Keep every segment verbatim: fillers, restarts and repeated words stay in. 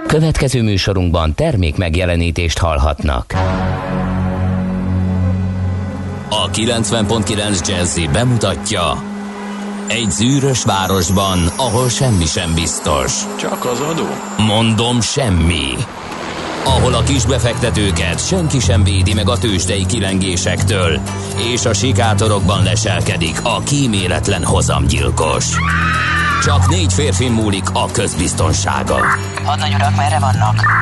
Következő műsorunkban termék megjelenítést hallhatnak. A kilencven pont kilenc Jazzy bemutatja: egy zűrös városban, ahol semmi sem biztos. Csak az adó? Mondom, semmi. Ahol a kisbefektetőket senki sem védi meg a tőzsdei kilengésektől, és a sikátorokban leselkedik a kíméletlen hozamgyilkos. Csak négy férfin múlik a közbiztonsága. Hadnagy urak, merre vannak?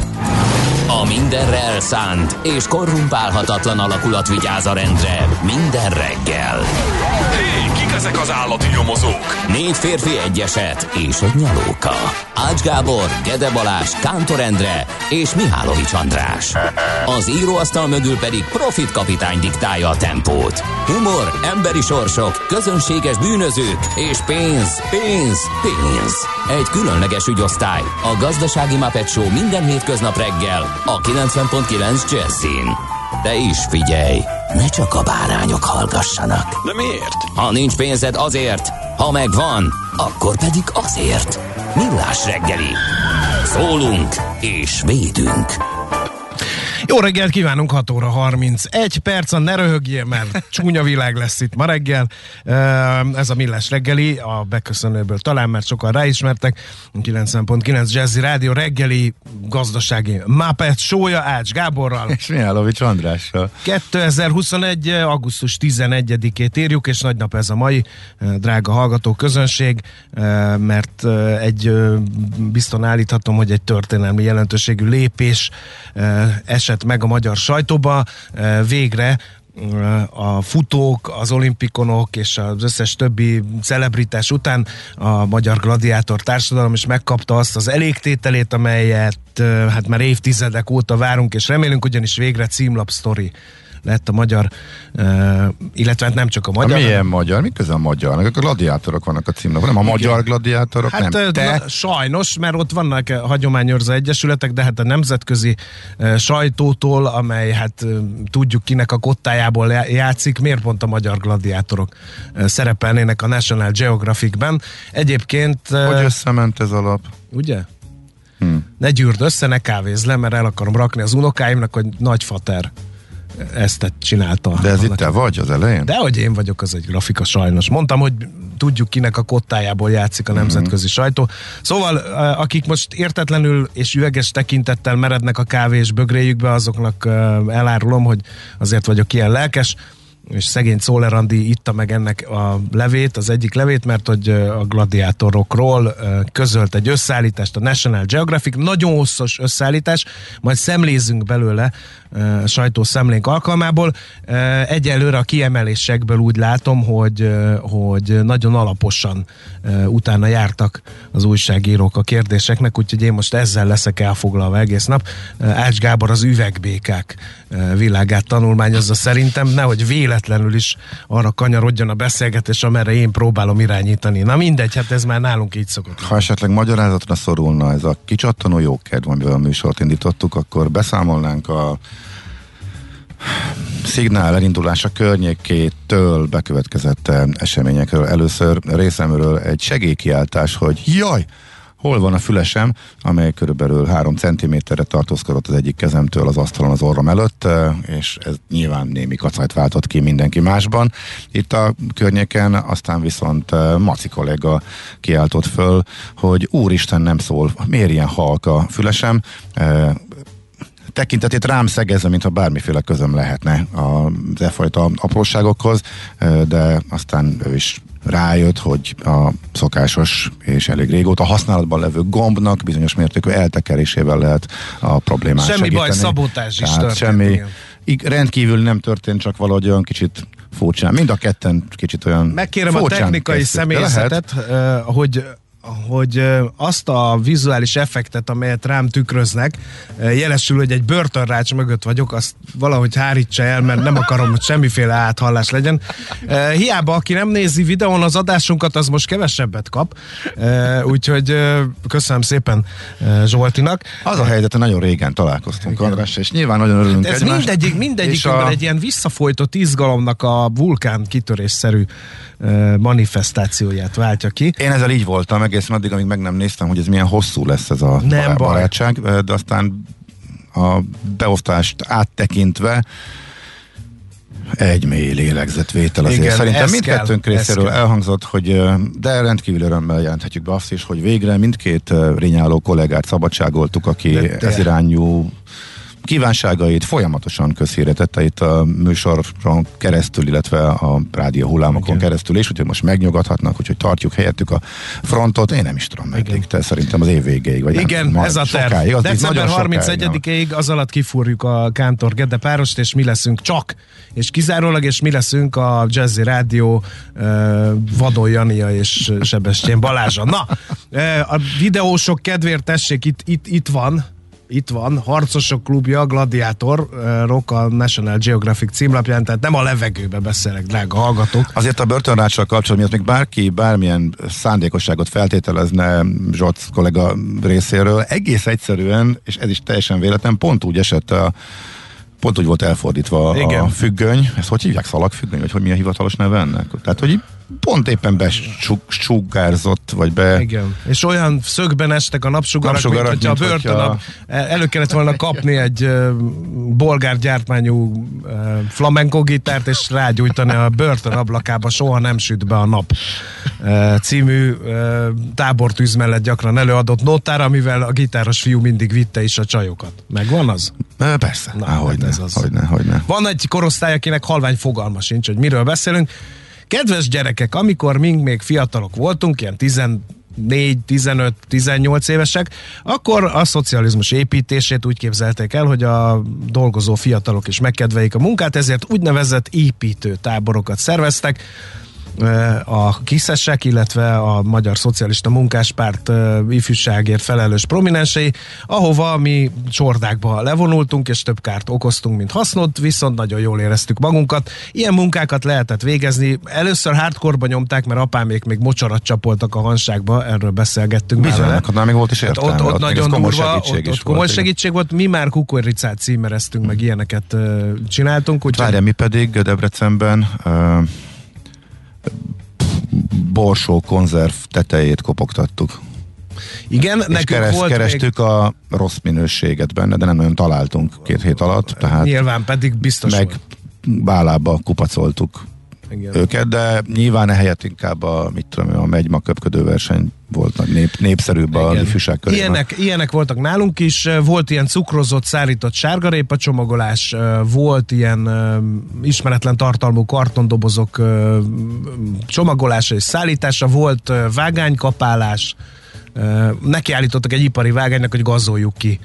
A mindenre elszánt és korrumpálhatatlan alakulat vigyáz a rendre minden reggel. Hé, kik ezek az állati nyomozók? Négy férfi, egy eset és egy nyalóka. Ács Gábor, Gede Balázs, Kántor Endre és Mihálovics András. Az íróasztal mögül pedig Profit kapitány diktálja a tempót. Humor, emberi sorsok, közönséges bűnözők és pénz, pénz, pénz. Egy különleges ügyosztály, a Gazdasági Muppet Show minden hétköznap reggel a kilencven pont kilenc Jazzyn. De is figyelj, ne csak a bárányok hallgassanak. De miért? Ha nincs pénzed, azért, ha megvan, akkor pedig azért. Millás reggeli. Szólunk és védünk. Jó reggelt kívánunk, hat óra harmincegy perc, ne röhögjél, mert csúnya világ lesz itt ma reggel. Ez a Millás reggeli, a beköszönőből talán, mert sokan ráismertek. kilencven pont kilenc Jazzy Rádió reggeli gazdasági Muppet Show-ja Ács Gáborral. És Mihálovics Andrással. kétezer-huszonegy. augusztus tizenegyedikét írjuk, és nagy nap ez a mai, drága hallgató közönség, mert egy bizton állíthatom, hogy egy történelmi jelentőségű lépés esett meg a magyar sajtóba. Végre a futók, az olimpikonok és az összes többi celebritás után a magyar gladiátor társadalom is megkapta azt az elégtételét, amelyet hát már évtizedek óta várunk és remélünk, ugyanis végre címlap sztori lett a magyar, uh, illetve hát nem csak a magyar. A milyen magyar? Mi köze a magyarnak? A gladiátorok vannak a címlapon, nem a magyar gladiátorok, hát, nem te. Na, sajnos, mert ott vannak hagyományőrző egyesületek, de hát a nemzetközi uh, sajtótól, amely hát uh, tudjuk kinek a kottájából játszik, miért pont a magyar gladiátorok uh, szerepelnének a National Geographic-ben. Egyébként... Uh, hogy összement ez alap? Ugye? Hmm. Ne gyűrd össze, ne kávézz le, mert el akarom rakni az unokáimnak, hogy nagyfater ezt csinálta. De ez itt te vagy az elején? Dehogy én vagyok, az egy grafika sajnos. Mondtam, hogy tudjuk kinek a kottájából játszik a nemzetközi mm-hmm. sajtó. Szóval akik most értetlenül és üveges tekintettel merednek a kávé és bögréjükbe, azoknak elárulom, hogy azért vagyok ilyen lelkes, és szegény Czoller Andi itta meg ennek a levét, az egyik levét, mert hogy a gladiátorokról közölt egy összeállítást a National Geographic, nagyon hosszas összeállítás, majd szemlézzünk belőle sajtószemlénk alkalmából. Egyelőre a kiemelésekből úgy látom, hogy, hogy nagyon alaposan utána jártak az újságírók a kérdéseknek, úgyhogy én most ezzel leszek elfoglalva egész nap. Ács Gábor az üvegbékák világát tanulmányozza szerintem, nehogy véletlenül is arra kanyarodjon a beszélgetés, amerre én próbálom irányítani. Na mindegy, hát ez már nálunk így szokott. Ha esetleg magyarázatra szorulna ez a kicsattanó jókedv, amivel a műsort indítottuk, akkor beszámolnánk a szignál elindulása környékétől bekövetkezett eseményekről. Először részemről egy segélykiáltás, hogy jaj, hol van a fülesem, amely körülbelül három centiméterre tartózkodott az egyik kezemtől az asztalon az orrom előtt, és ez nyilván némi kacajt váltott ki mindenki másban. Itt a környéken aztán viszont Maci kolléga kiáltott föl, hogy úristen, nem szól, miért ilyen halk a fülesem, tekintetét rám szegezze, mintha bármiféle közöm lehetne az e fajta apróságokhoz, de aztán ő is rájött, hogy a szokásos és elég régóta használatban levő gombnak bizonyos mértékű eltekerésével lehet a problémát semmi segíteni. Semmi baj, szabotás is történt. Semmi, rendkívül nem történt, csak valahogy olyan kicsit furcsán. Mind a ketten kicsit olyan megkérem a technikai személyzetet, uh, hogy hogy azt a vizuális effektet, amelyet rám tükröznek, jelesül, hogy egy börtönrács mögött vagyok, azt valahogy hárítsa el, mert nem akarom, hogy semmiféle áthallás legyen. Hiába, aki nem nézi videón az adásunkat, az most kevesebbet kap. Úgyhogy köszönöm szépen Zsoltinak. Az a helyzet, hogy nagyon régen találkoztunk, András, és nyilván nagyon örülünk ez egymást. mindegyik, mindegyik a... egy ilyen visszafolytott izgalomnak a vulkán kitörésszerű manifestációját váltja ki. Én ezzel így voltam egészen addig, amíg meg nem néztem, hogy ez milyen hosszú lesz ez a nem barátság, baj. De aztán a beosztást áttekintve egy mély lélegzetvétel azért. Igen, szerintem mindkettőnk részéről elhangzott, hogy de rendkívül örömmel jelenthetjük be azt is, hogy végre mindkét rényáló kollégát szabadságoltuk, aki de, de. ez irányú kívánságait folyamatosan közhírre tette itt a műsoron keresztül, illetve a rádió hullámokon igen. keresztül is, úgyhogy most megnyugodhatnak, úgyhogy tartjuk helyettük a frontot. Én nem is tudom meddig, te szerintem az év végéig. Vagy igen, nem, ez a terv. december harmincegyedikéig az alatt kifúrjuk a Kántor Gede párost, és mi leszünk csak, és kizárólag, és mi leszünk a Jazzy Rádió uh, Vadon Jania és Sebestyén Balázsa. Na, uh, a videósok kedvéért tessék, itt, itt, itt van, Itt van, Harcosok klubja, Gladiátor, uh, Rock a National Geographic címlapján, tehát nem a levegőbe beszélek, drága hallgatók. Azért a börtönráccsal kapcsolatban, még bárki bármilyen szándékosságot feltételezne Zsoc kollega részéről, egész egyszerűen, és ez is teljesen véletlen, pont úgy esett a pont úgy volt elfordítva igen. a függöny, ezt hogy hívják, szalagfüggöny, vagy hogy mi a hivatalos neve ennek? Tehát, hogy pont éppen besugárzott, vagy be... Igen, és olyan szögben estek a napsugarak, napsugarak mint, mint hogyha a börtön, hogyha... elő kellett volna kapni egy uh, bolgár gyártmányú uh, flamenco gitárt, és rágyújtani a börtön ablakába, soha nem süt be a nap uh, című uh, tábortűz mellett gyakran előadott nótára, amivel a gitáros fiú mindig vitte is a csajokat. Megvan az? Persze. Na, Há, hogyne, ez az. Hogyne, hogyne. Van egy korosztály, akinek halvány fogalma sincs, hogy miről beszélünk. Kedves gyerekek, amikor mink még fiatalok voltunk, ilyen tizennégy, tizenöt, tizennyolc évesek, akkor a szocializmus építését úgy képzelték el, hogy a dolgozó fiatalok is megkedveljék a munkát, ezért úgynevezett építő táborokat szerveztek, a kiszesek, illetve a Magyar Szocialista Munkáspárt ifjúságért felelős prominensei, ahova mi csordákba levonultunk, és több kárt okoztunk, mint hasznot, viszont nagyon jól éreztük magunkat. Ilyen munkákat lehetett végezni. Először hardcore-ba nyomták, mert apámék még mocsarat csapoltak a hanságba, erről beszélgettünk. Bizony, ott még volt is értelme. Ott, ott, ott nagyon komoly durva, segítség, ott, ott komoly volt, segítség volt. Mi már kukoricát címereztünk, meg ilyeneket uh, csináltunk. Úgy Várja, mi pedig Debrecenben uh, borsó konzerv tetejét kopogtattuk. Igen, és nekünk keres, volt kerestük még... a rossz minőséget benne, de nem nagyon találtunk két hét alatt. Tehát nyilván pedig biztos meg volt. Bálába kupacoltuk igen. őket, de nyilván ehelyett inkább a, mit tudom, a megyma köpködő verseny volt nép, népszerűbb igen. a ifjúság körében. Ilyenek, ilyenek voltak nálunk is, volt ilyen cukrozott, szárított sárgarépa csomagolás, volt ilyen ismeretlen tartalmú kartondobozok csomagolása és szállítása, volt vágánykapálás, nekiállítottak egy ipari vágánynak, hogy gazoljuk ki,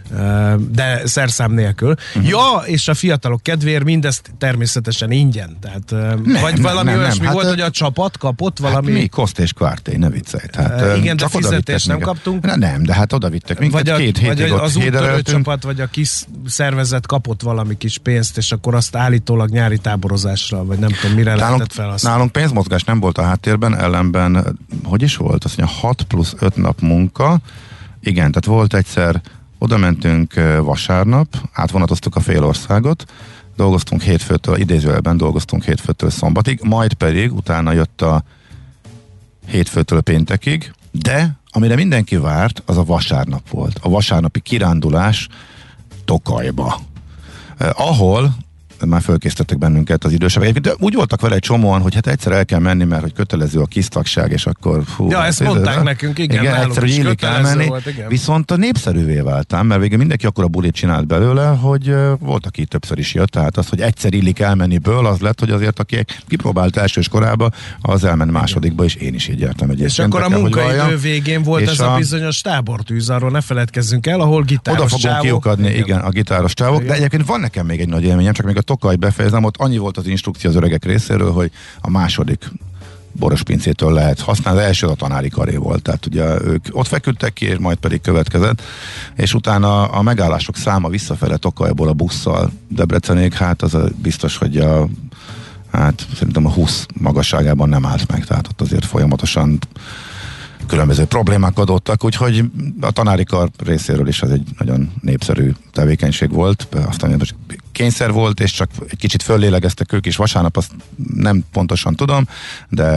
de szerszám nélkül. Uh-huh. Ja, és a fiatalok kedvéért mindezt természetesen ingyen. Tehát, nem, vagy valami nem, olyasmi nem. volt, hát, hogy a csapat kapott valami... Hát mi Koszt és Kvárté, ne viccelj. Tehát, igen, de fizetést nem kaptunk. Na, nem, de hát oda vittek minket, vagy a, két hétig ott az úttörő csapat, vagy a kis szervezet kapott valami kis pénzt, és akkor azt állítólag nyári táborozásra, vagy nem tudom, mire nálunk, lehetett felhasználni. Nálunk pénzmozgás nem volt a háttérben, ellenben, hogy is volt? Azt mondja, hat plusz öt nap munka. Igen, tehát volt egyszer oda mentünk vasárnap, átvonatoztuk a fél országot, dolgoztunk hétfőtől, idézőjelben dolgoztunk hétfőtől szombatig, majd pedig utána jött a hétfőtől péntekig, de amire mindenki várt, az a vasárnap volt. A vasárnapi kirándulás Tokajba. Eh, ahol már fölkészítettek bennünket az idősebbek. De úgy voltak vele egy csomóan, hogy hát egyszer el kell menni, mert hogy kötelező a kisztagság, és akkor fú. Ja, ezt mondták nekünk, igen. Igen, egyszer, hogy illik elmenni. Volt, igen. Viszont a népszerűvé váltam, mert végül mindenki akkor a bulit csinált belőle, hogy uh, volt, aki többször is jött, tehát az, hogy egyszer illik elmenniből, az lett, hogy azért, aki kipróbált elsős korába, az elment másodikba, és én is így jártam egyébként. És akkor a munkaidő végén volt ez a, a bizonyos tábortűz, arról ne feledkezzünk el, ahol gitáros oda fogunk kiukadni, igen. igen, a gitáros csávok, de egyébként van nekem még egy nagy élményem, csak még a Tokaj befejezem, ott annyi volt az instrukció az öregek részéről, hogy a második borospincétől lehet használni, az első a tanári karé volt, tehát ugye ők ott feküdtek ki, és majd pedig következett, és utána a megállások száma visszafele Tokajból a busszal Debrecenig, hát az a biztos, hogy a hát szerintem a húsz magasságában nem állt meg, tehát ott azért folyamatosan különböző problémák adottak, úgyhogy a tanári kar részéről is az egy nagyon népszerű tevékenység volt, aztán kényszer volt, és csak egy kicsit föllélegeztek ők is vasárnap, azt nem pontosan tudom, de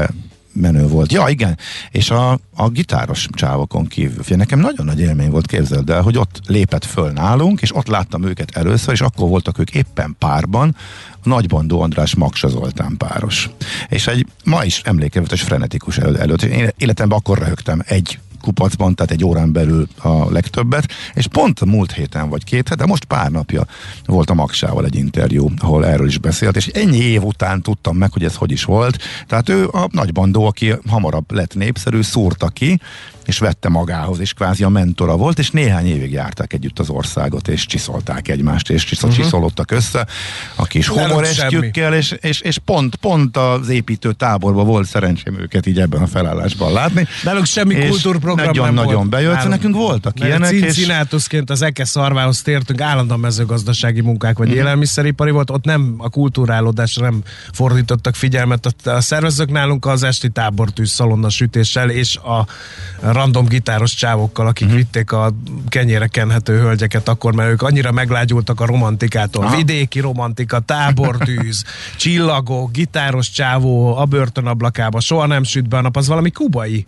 menő volt. Ja, igen, és a, a gitáros csávokon kívül. Fia, nekem nagyon nagy élmény volt, képzeld el, hogy ott lépett föl nálunk, és ott láttam őket először, és akkor voltak ők éppen párban, a Nagybandó András Maksa Zoltán páros. És egy ma is emlékezetes, frenetikus elő, előtt. Én életemben akkor röhögtem egy kupacban, tehát egy órán belül a legtöbbet, és pont múlt héten vagy két hete, most pár napja volt a Maksával egy interjú, ahol erről is beszélt, és ennyi év után tudtam meg, hogy ez hogy is volt. Tehát ő a Nagybandó, aki hamarabb lett népszerű, szúrta ki, és vette magához, és kvázi a mentora volt, és néhány évig járták együtt az országot, és csiszolták egymást, és csiszol, uh-huh. csiszolódtak össze a kis humorestjükkel, és, és, és pont, pont az építő táborban volt szerencsém őket így ebben a felállásban látni. Nálunk semmi kultúrprogram nagyon, nem nagyon volt. bejött, Nálunk, nekünk voltak ilyenek. Cincinnatuszként az Eke szarvához tértünk, állandóan mezőgazdasági munkák, vagy uh-huh. élelmiszeripari volt, ott nem a kultúrálódásra nem fordítottak figyelmet. A szervezők nálunk az esti tábortűz szalonna sütéssel, és a random gitáros csávokkal, akik uh-huh. vitték a kenyére kenhető hölgyeket akkor, mert ők annyira meglágyultak a romantikától. Aha. Vidéki romantika, tábortűz, csillagok, gitáros csávó, a börtönablakába, soha nem süt be a nap, az valami kubai.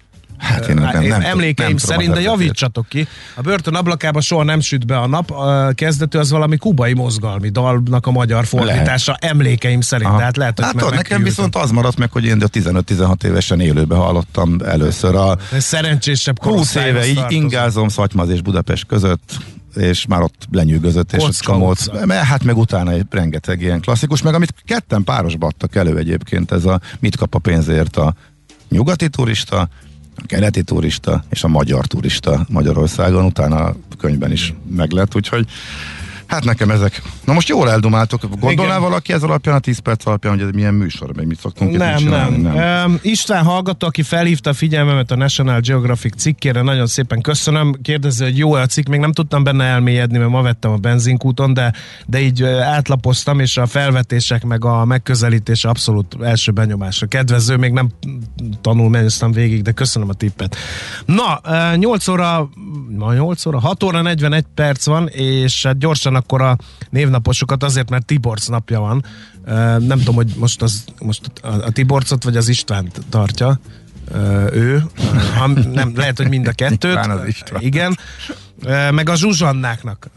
Hát én nem, nem, emlékeim nem szerint, de javítsatok ki. A börtön ablakába soha nem süt be a nap, a kezdető az valami kubai mozgalmi dalnak a magyar fordítása, lehet. Emlékeim szerint. Aha. Tehát lehet, hogy hát meg nekem megkívültem. viszont az maradt meg, hogy én de tizenöt-tizenhat évesen élőben hallottam először a szerencsésebb húsz éve így ingázom Szatymaz és Budapest között, és már ott lenyűgözött, és Kocka ott csomót, hát meg utána egy rengeteg ilyen klasszikus, meg amit ketten párosba adtak elő egyébként, ez a mit kap a pénzért a nyugati turista, a keleti turista és a magyar turista Magyarországon, utána a könyvben is meg lett, úgyhogy hát nekem ezek. Na most jól eldumáltok. Gondolná igen. valaki ez alapján, a tíz perc alapján, hogy ez milyen műsor, meg mit szoktunk nem, itt csinálni? Nem, nem. Um, István hallgató, aki felhívta a figyelmemet a National Geographic cikkére, nagyon szépen köszönöm. Kérdezi, hogy jó a cikk, még nem tudtam benne elmélyedni, mert ma vettem a benzinkúton, de, de így átlapoztam, és a felvetések meg a megközelítés abszolút első benyomásra kedvező, még nem tanulmányoztam végig, de köszönöm a tippet. Na, nyolc óra, ma nyolc óra, hat óra negyvenegy perc van, és hát gyorsan akkor a névnaposokat, azért, mert Tiborc napja van. Nem tudom, hogy most, az, most a Tiborcot vagy az Istvánt tartja ő. Ha, nem, lehet, hogy mind a kettőt. Igen. Meg a Zsuzsannáknak.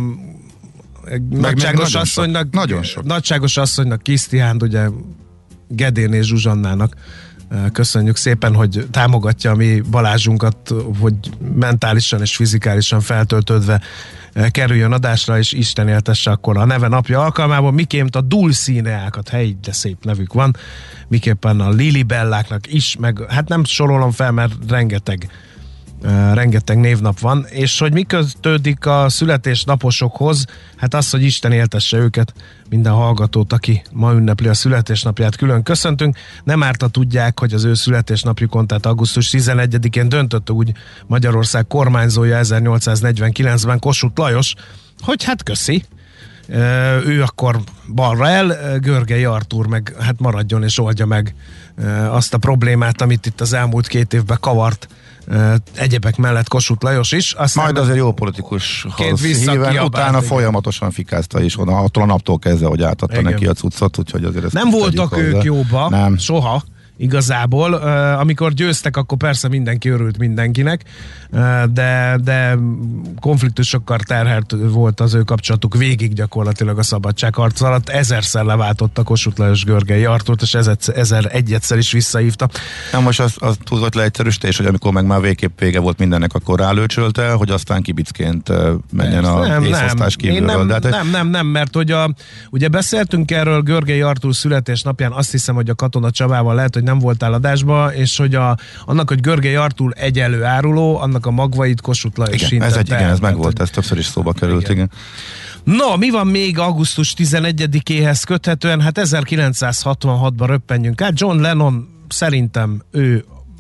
Nagyságos asszonynak, nagyon sok. Nagyságos asszonynak, Kisztihánt, ugye Gedén és Zsuzsannának köszönjük szépen, hogy támogatja a mi Balázsunkat, hogy mentálisan és fizikálisan feltöltődve kerüljön adásra, és Isten éltesse akkor a neve napja alkalmában. Miképp a Dulcineákat, helyi, de szép nevük van, miképpen a Lilibelláknak is, meg hát nem sorolom fel, mert rengeteg Uh, rengeteg névnap van, és hogy mi kötődik a születésnaposokhoz, hát az, hogy Isten éltesse őket, minden hallgatót, aki ma ünnepli a születésnapját, külön köszöntünk. Nem árta tudják, hogy az ő születésnapjukon, tehát augusztus tizenegyedikén döntött úgy Magyarország kormányzója ezernyolcszáznegyvenkilencben, Kossuth Lajos, hogy hát köszi, uh, ő akkor balra el, Görgei Artúr meg hát maradjon és oldja meg uh, azt a problémát, amit itt az elmúlt két évben kavart egyebek mellett Kossuth Lajos is. Aztán majd azért jó politikushoz híven, utána igen. folyamatosan fikázta is oda, attól a naptól kezdve, hogy átadta igen. neki a cuccot, úgyhogy azért ezt nem voltak ők hozzá. Jóba, nem. Soha. Igazából, uh, amikor győztek, akkor persze mindenki örült mindenkinek, uh, de, de konfliktusokkal terhelt volt az ő kapcsolatuk végig gyakorlatilag a szabadságharc alatt. Ezerszer leváltotta Kossuth Lajos Görgei Artúrt, és ezer, ezer egyszer is visszahívta. Na most az, az túlzott leegyszerűsítés, hogy amikor meg már végképp vége volt mindennek, akkor rálőcsölte, hogy aztán kibicként uh, menjen a nem, észosztás kívülről. Nem, hát, nem, nem, nem, mert hogy a, ugye beszéltünk erről Görgei Artúr születésnapján, azt hiszem, hogy a Katona Csabával lehet, hogy nem voltál adásba, és hogy a, annak, hogy Görgei Artúr egyelő áruló, annak a magvait Kossuth Lajos igen, ez egy, igen, ez meg volt, ez többször is szóba került, igen. igen. No, mi van még augusztus tizenegyedikéhez köthetően? Hát ezerkilencszázhatvanhatban röppenjünk át. John Lennon szerintem ő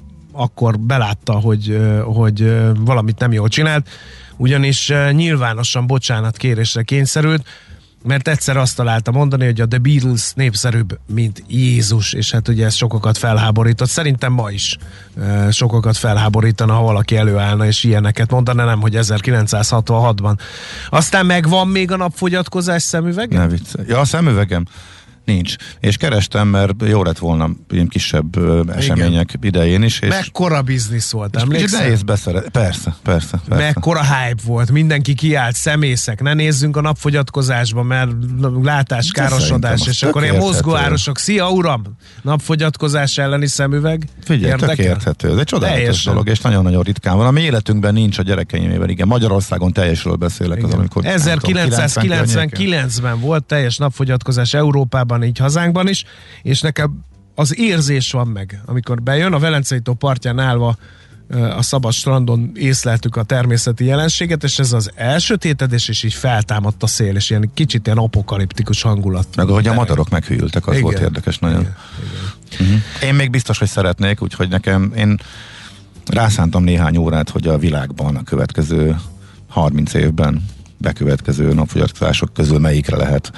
akkor belátta, hogy, hogy valamit nem jól csinált, ugyanis nyilvánosan bocsánatkérésre kényszerült, mert egyszer azt találta mondani, hogy a The Beatles népszerűbb, mint Jézus, és hát ugye ez sokakat felháborított. Szerintem ma is e, sokakat felháborítana, ha valaki előállna, és ilyeneket mondana, nem, hogy ezerkilencszázhatvanhatban. Aztán megvan még a napfogyatkozás szemüvege? Ne viccelj. Ja, a szemüvegem. Nincs. És kerestem, mert jó lett volna ilyen kisebb ö, események igen. idején is. És mekkora biznisz volt, emlékszel? Nehéz beszeret. Persze, persze, persze. Mekkora hype volt, mindenki kiállt, szemészek, ne nézzünk a napfogyatkozásba, mert látáskárosodás, és akkor ilyen mozgóárosok, szia uram, napfogyatkozás elleni szemüveg. Figyelj, tök érthető. Ez egy csodálatos dolog, és nagyon-nagyon ritkán van. Ami életünkben nincs, a gyerekeimével, igen. Magyarországon teljesről beszélek. Az, amikor, ezerkilencszázkilencvenkilencben volt teljes napfogyatkozás Európában, így hazánkban is, és nekem az érzés van meg, amikor bejön, a Velencei tó partján állva a szabad strandon észleltük a természeti jelenséget, és ez az elsötétedés, és így feltámadt a szél, és ilyen kicsit ilyen apokaliptikus hangulat. Meg ahogy a madarok meghűltek, az igen, volt érdekes nagyon. Igen, igen. Uh-huh. Én még biztos, hogy szeretnék, úgyhogy nekem, én rászántam néhány órát, hogy a világban a következő harminc évben bekövetkező napfogyatkozások közül melyikre lehet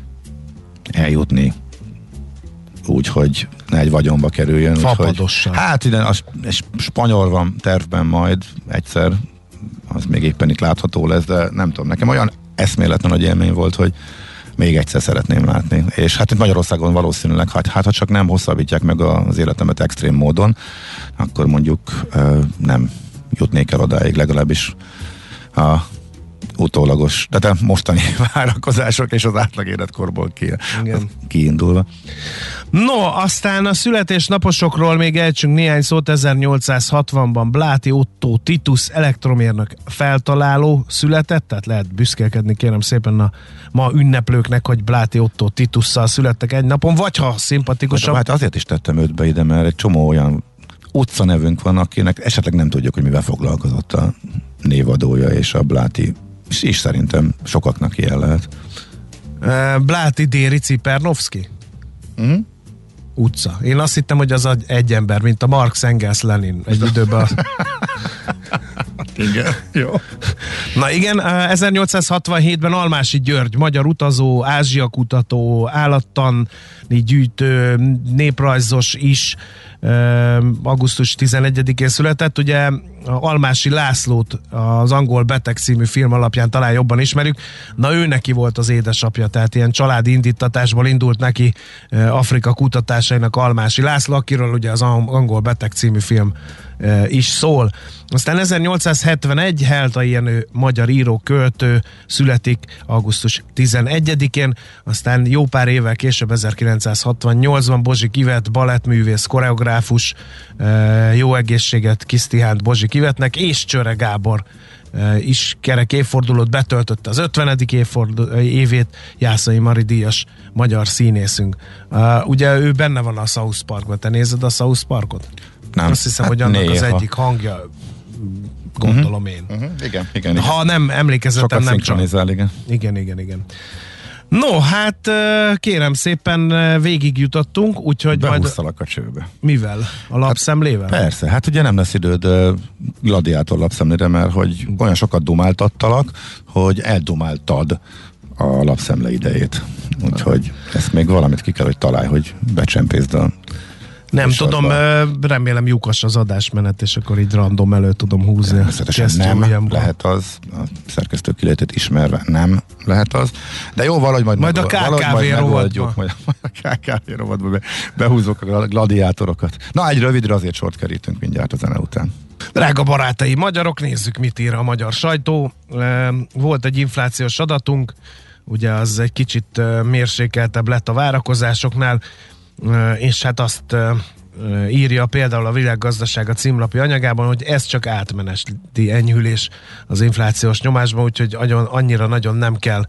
eljutni úgy, hogy ne egy vagyonba kerüljön. Fapadossal. Hát ide a spanyol van tervben majd egyszer, az még éppen itt látható lesz, de nem tudom, nekem olyan eszméletlen nagy élmény volt, hogy még egyszer szeretném látni. És hát itt Magyarországon valószínűleg, hát, hát ha csak nem hosszabbítják meg az életemet extrém módon, akkor mondjuk nem jutnék el odáig, legalábbis a utólagos, de te mostani várakozások és az átlag életkorból ki, kiindulva. No, aztán a születésnaposokról még ejtsünk néhány szót. ezernyolcszázhatvanban Bláti Otto Titus elektromérnök feltaláló született, tehát lehet büszkélkedni kérem szépen a ma ünneplőknek, hogy Bláti Otto Titusszal születtek egy napon, vagy ha szimpatikusabb. Hát azért is tettem őt be ide, mert egy csomó olyan utcanevünk van, akinek esetleg nem tudjuk, hogy mivel foglalkozott a névadója, és a Bláti és, és szerintem sokaknak ilyen lehet. Bláti Déri Cipernovszky? Uh-huh. Utca. Én azt hittem, hogy az egy ember, mint a Marx, Engels, Lenin egy időben. Igen, jó. Na igen, ezernyolcszázhatvanhétben Almási György, magyar utazó, ázsiakutató, állattani gyűjtő, néprajzos is, augusztus tizenegyedikén született. Ugye Almási Lászlót az Angol Beteg című film alapján talán jobban ismerjük. Na ő neki volt az édesapja, tehát ilyen családi indítatásból indult neki Afrika kutatásainak Almási László, akiről ugye az Angol Beteg című film is szól. Aztán ezernyolcszázhetvenegy Heltai Jenő magyar író, költő születik augusztus tizenegyedikén, aztán jó pár évvel később ezerkilencszázhatvannyolcban Bozsik Ivett, balettművész, koreográfus, jó egészséget Kisztihánt Bozsik Ivettnek, és Csöre Gábor is kerek évfordulót betöltötte az ötvenedik évfordul- évét, Jászai Mari díjas magyar színészünk. Uh, ugye ő benne van a South Parkban, te nézed a South Parkot? Nem. Azt hiszem, hát hogy annak néha. Az egyik hangja, gondolom én. Uh-huh. Igen, igen, igen. Ha nem emlékezetem, nem csak. Igen. igen, igen, igen. No, hát kérem szépen végigjutottunk, úgyhogy behúztalak majd... a csőbe. Mivel? A lapszemlével? Hát persze, hát ugye nem lesz időd gladiátor lapszemlére, mert hogy olyan sokat dumáltattalak, hogy eldumáltad a lapszemle idejét. Úgyhogy ezt még valamit ki kell, hogy találj, hogy becsempészd a Nem tudom, remélem lyukas az adásmenet, és akkor így random elő tudom húzni. Természetesen nem ilyenban. Lehet az, a szerkesztő kilétét ismerve nem lehet az, de jó, valahogy majd, majd meg, a ká ká vé rovatba. Majd a ká ká vé rovatba be, behúzok a gladiátorokat. Na, egy rövidre azért sort kerítünk mindjárt a zene után. Drága barátai magyarok, nézzük, mit ír a magyar sajtó. Volt egy inflációs adatunk, ugye az egy kicsit mérsékeltebb lett a várakozásoknál, és hát azt írja például a Világgazdaság a címlapi anyagában, hogy ez csak átmeneti enyhülés az inflációs nyomásban, úgyhogy annyira nagyon nem kell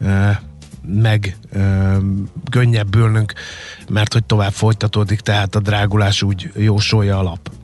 meg könnyebbülnünk, mert hogy tovább folytatódik, tehát a drágulás úgy jósolja a lap.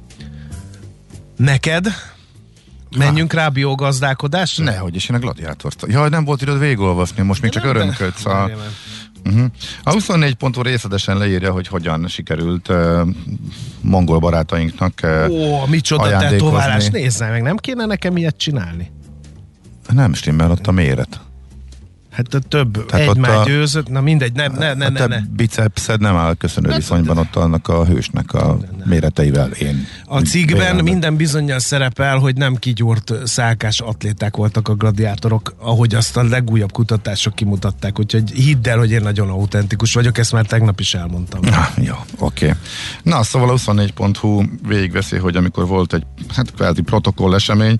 Neked? Menjünk rá biogazdálkodásra? Nehogy is, én a gladiátort. Jaj, nem volt időd végigolvasni, most még csak örömködsz a... Uh-huh. A huszonnégy pontú részletesen leírja, hogy hogyan sikerült uh, mongol barátainknak uh, Ó, micsoda tetoválás, nézzel meg, nem kéne nekem ilyet csinálni? Nem stimmel ott a méret. Hát több, Tehát egy már a, győzött, na mindegy, ne, ne, ne, a ne, te ne. bicepszed nem áll köszönő Hát, viszonyban ott annak a hősnek a méreteivel. Én A cikkben vélem, minden bizonnyal szerepel, hogy nem kigyúrt szálkás atléták voltak a gladiátorok, ahogy azt a legújabb kutatások kimutatták, úgyhogy hidd el, hogy én nagyon autentikus vagyok, ezt már tegnap is elmondtam. Na, jó, oké. Okay. Na, szóval a huszonnégy pont hu végigveszi, hogy amikor volt egy hát kvázi protokoll esemény,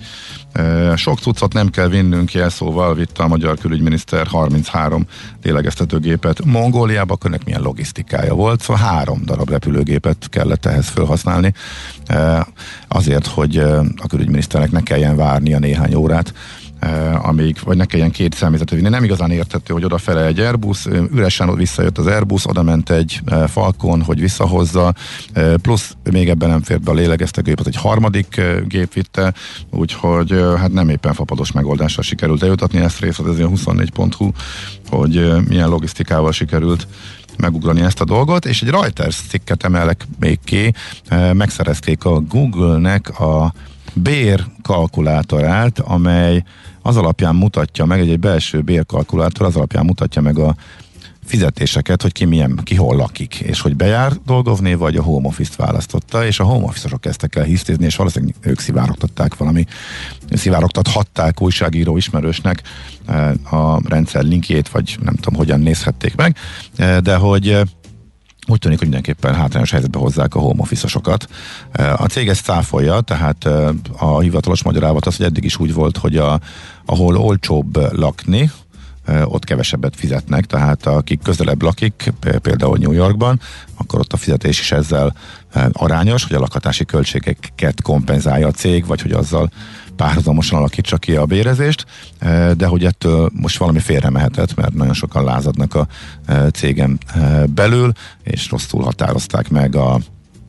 sok cuccot nem kell vinnünk, jelszóval vitte a magyar külügyminiszter harminchárom lélegeztetőgépet Mongóliába, akkor ennek milyen logisztikája volt, szóval három darab repülőgépet kellett ehhez felhasználni, azért, hogy a külügyminiszternek ne kelljen várnia néhány órát, Uh, amíg, vagy ne kelljen két személyzetet vinni. Nem igazán érthető, hogy odafele egy Airbus, üresen visszajött az Airbus, oda ment egy uh, Falcon, hogy visszahozza, uh, plusz még ebben nem fért be a lélegeztetőgép, az egy harmadik uh, gép vitte, úgyhogy uh, hát nem éppen fapados megoldással sikerült eljutatni, ezt részletezi a huszonnégy pont hu, hogy uh, milyen logisztikával sikerült megugrani ezt a dolgot, és egy Reuters cikket emelek még ki, uh, megszerezték a Google-nek a bérkalkulátorát, amely az alapján mutatja meg, egy, egy belső bérkalkulátor az alapján mutatja meg a fizetéseket, hogy ki milyen, ki hol lakik, és hogy bejár dolgozni, vagy a home office-t választotta, és a home office-osok kezdtek el hisztizni, és valószínűleg ők szivárogtatták valami, szivárogtathatták újságíró ismerősnek a rendszer linkjét, vagy nem tudom, hogyan nézhették meg, de hogy úgy tűnik, hogy mindenképpen hátrányos helyzetbe hozzák a home office-osokat. A cég ezt cáfolja, tehát a hivatalos magyarázat az, hogy eddig is úgy volt, hogy a, ahol olcsóbb lakni, ott kevesebbet fizetnek, tehát akik közelebb lakik, például New Yorkban, akkor ott a fizetés is ezzel arányos, hogy a lakhatási költségeket kompenzálja a cég, vagy hogy azzal párhuzamosan alakítsa ki a bérezést, de hogy ettől most valami félre mehetett, mert nagyon sokan lázadnak a cégen belül, és rosszul határozták meg a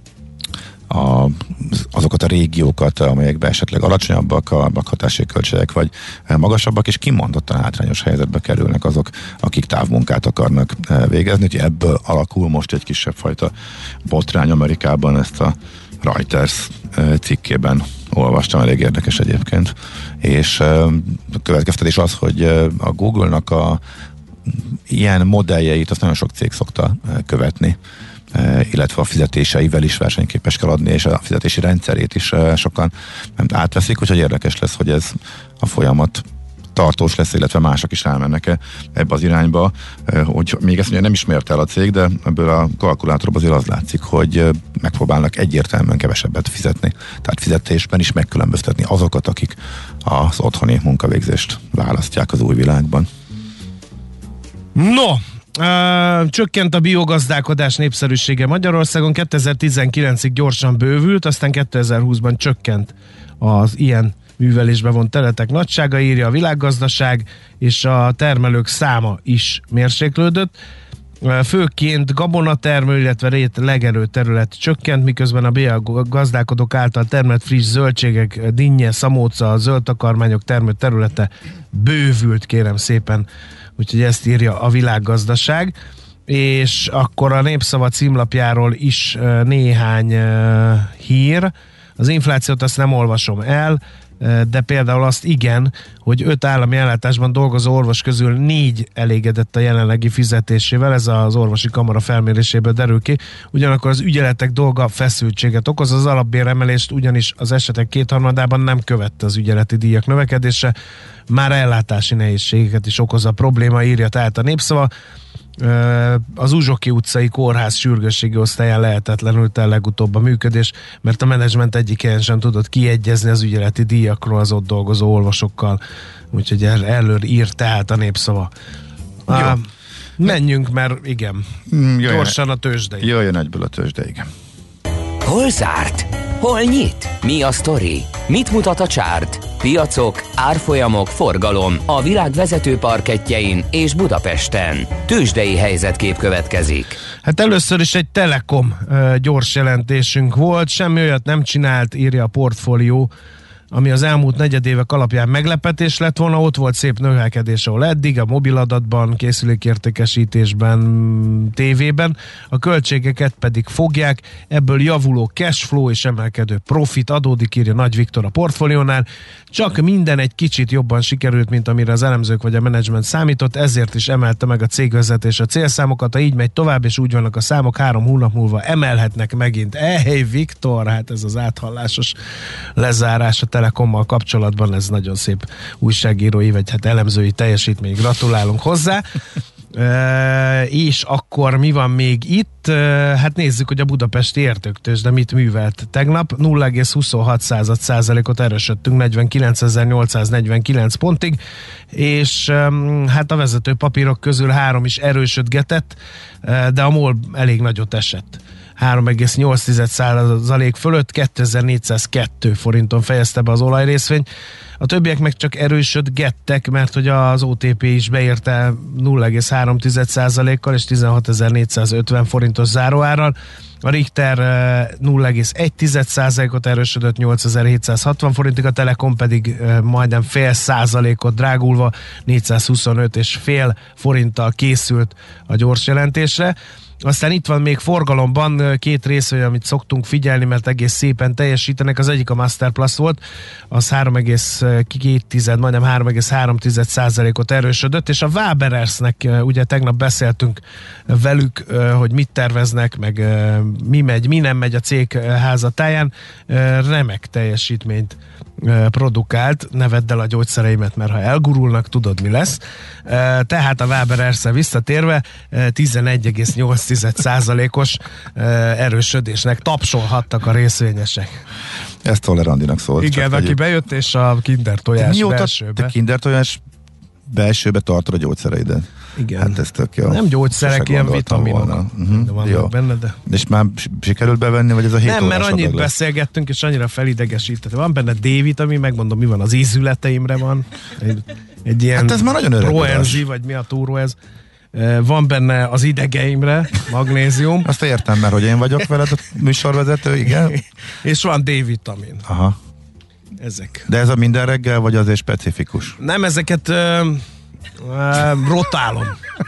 A, azokat a régiókat, amelyekben esetleg alacsonyabbak a lakhatási költségek, vagy magasabbak, és kimondottan hátrányos helyzetbe kerülnek azok, akik távmunkát akarnak végezni, úgyhogy ebből alakul most egy kisebb fajta botrány Amerikában, ezt a Reuters cikkében olvastam, elég érdekes egyébként, és a következtetés az, hogy a Google-nak a ilyen modelljeit azt nagyon sok cég szokta követni, illetve a fizetéseivel is versenyképes kell adni, és a fizetési rendszerét is sokan átveszik, úgyhogy érdekes lesz, hogy ez a folyamat tartós lesz, illetve mások is rámennek-e ebbe az irányba, hogy még ezt ugye nem ismerte el a cég, de ebből a kalkulátorban azért az látszik, hogy megpróbálnak egyértelműen kevesebbet fizetni, tehát fizetésben is megkülönböztetni azokat, akik az otthoni munkavégzést választják az új világban. No! Uh, csökkent a biogazdálkodás népszerűsége Magyarországon, kétezer-tizenkilencig gyorsan bővült, aztán kétezer-húszban csökkent az ilyen művelésbe vont területek nagysága, írja a Világgazdaság, és a termelők száma is mérséklődött. Uh, főként gabonatermő, illetve rét legelő terület csökkent, miközben a biogazdálkodók által termelt friss zöldségek, dinnye, szamóca, zöld takarmányok termő területe bővült, kérem szépen. Úgyhogy ezt írja a Világgazdaság, és akkor a Népszava címlapjáról is uh, néhány uh, hír. Az inflációt azt nem olvasom el, uh, de például azt igen, hogy öt állami ellátásban dolgozó orvos közül négy elégedett a jelenlegi fizetésével, ez az orvosi kamara felméréséből derül ki. Ugyanakkor az ügyeletek dolga feszültséget okoz, az alapbéremelést ugyanis az esetek kétharmadában nem követte az ügyeleti díjak növekedése, már ellátási nehézségeket is okoz a probléma, írja tehát a Népszava. Az Uzsoki utcai kórház sürgősségi osztályán lehetetlenült el legutóbb a működés, mert a menedzsment egyik helyen sem tudott kiegyezni az ügyeleti díjakról az ott dolgozó orvosokkal. Úgyhogy erről ír tehát a Népszava. Ah, menjünk, mert igen, Jöjjön, gyorsan a tőzsdei. Jöjjön egyből a tőzsde, igen. Hol zárt? Hol nyit? Mi a sztori? Mit mutat a csárt? Piacok, árfolyamok, forgalom a világ vezető parkettjein és Budapesten. Tőzsdei helyzetkép következik. Hát először is egy Telekom uh, gyors jelentésünk volt, semmi olyat nem csinált, írja a Portfólió ami az elmúlt negyedévek alapján meglepetés lett volna, ott volt szép növekedés, ahol eddig, a mobiladatban, készülékértékesítésben, tévében, a költségeket pedig fogják, ebből javuló cashflow és emelkedő profit adódik, írja Nagy Viktor a Portfóliónál, csak minden egy kicsit jobban sikerült, mint amire az elemzők vagy a menedzsment számított, ezért is emelte meg a cégvezetés a célszámokat, ha így megy tovább, és úgy vannak a számok, három hónap múlva emelhetnek megint. Ej, Viktor, hát ez az áthallásos lezárás a Telekommal kapcsolatban, ez nagyon szép újságírói, vagy hát elemzői teljesítmény, gratulálunk hozzá. E, és akkor mi van még itt? E, hát nézzük, hogy a budapesti értéktőzsde de mit művelt tegnap. nulla egész huszonhat százalékot erősödtünk negyvenkilencezer-nyolcszáznegyvenkilenc pontig, és e, hát a vezető papírok közül három is erősödgetett, e, de a MOL elég nagyot esett. három egész nyolc százalék fölött kétezer-négyszázkettő forinton fejezte be az olajrészvény. A többiek meg csak erősödgettek, mert hogy az o té pé is beérte nulla egész három százalékkal és tizenhatezer-négyszázötven forintos záróárral. A Richter nulla egész egy százalékot erősödött nyolcezer-hétszázhatvan forintig, a Telekom pedig majdnem fél százalékot drágulva négyszázhuszonöt és fél forinttal készült a gyors jelentésre. Aztán itt van még forgalomban két részvény, amit szoktunk figyelni, mert egész szépen teljesítenek. Az egyik a Masterplus volt, az három egész két, majdnem három egész három százalékot erősödött, és a Waberersnek ugye tegnap beszéltünk velük, hogy mit terveznek, meg mi megy, mi nem megy a cég házatáján. Remek teljesítményt produkált, ne vedd el a gyógyszereimet, mert ha elgurulnak, tudod mi lesz. Tehát a Wabererszel visszatérve tizenegy egész nyolc százalékos erősödésnek tapsolhattak a részvényesek. Ezt Toller Andinak szólt. Igen, aki egy... bejött, és a Kinder tojás Mióta belsőbe. Te Kinder tojás belsőbe tartod a gyógyszereidet? Igen. Hát ez tök jó. Nem gyógyszerek, ilyen vitaminok. Uh-huh. De vannak benne, de... És már sikerült bevenni, vagy ez a hét Nem, mert annyit lesz? beszélgettünk, és annyira felidegesített. Van benne D-vitamin, megmondom, mi van, az ízületeimre van. Egy, egy ilyen hát ez már nagyon öreg proenzi, vagy mi a túró ez. Van benne az idegeimre magnézium. Azt értem, mert hogy én vagyok veled a műsorvezető, igen. És van D-vitamin. Aha. Ezek. De ez a minden reggel, vagy azért specifikus? Nem, ezeket uh, uh, rotálom.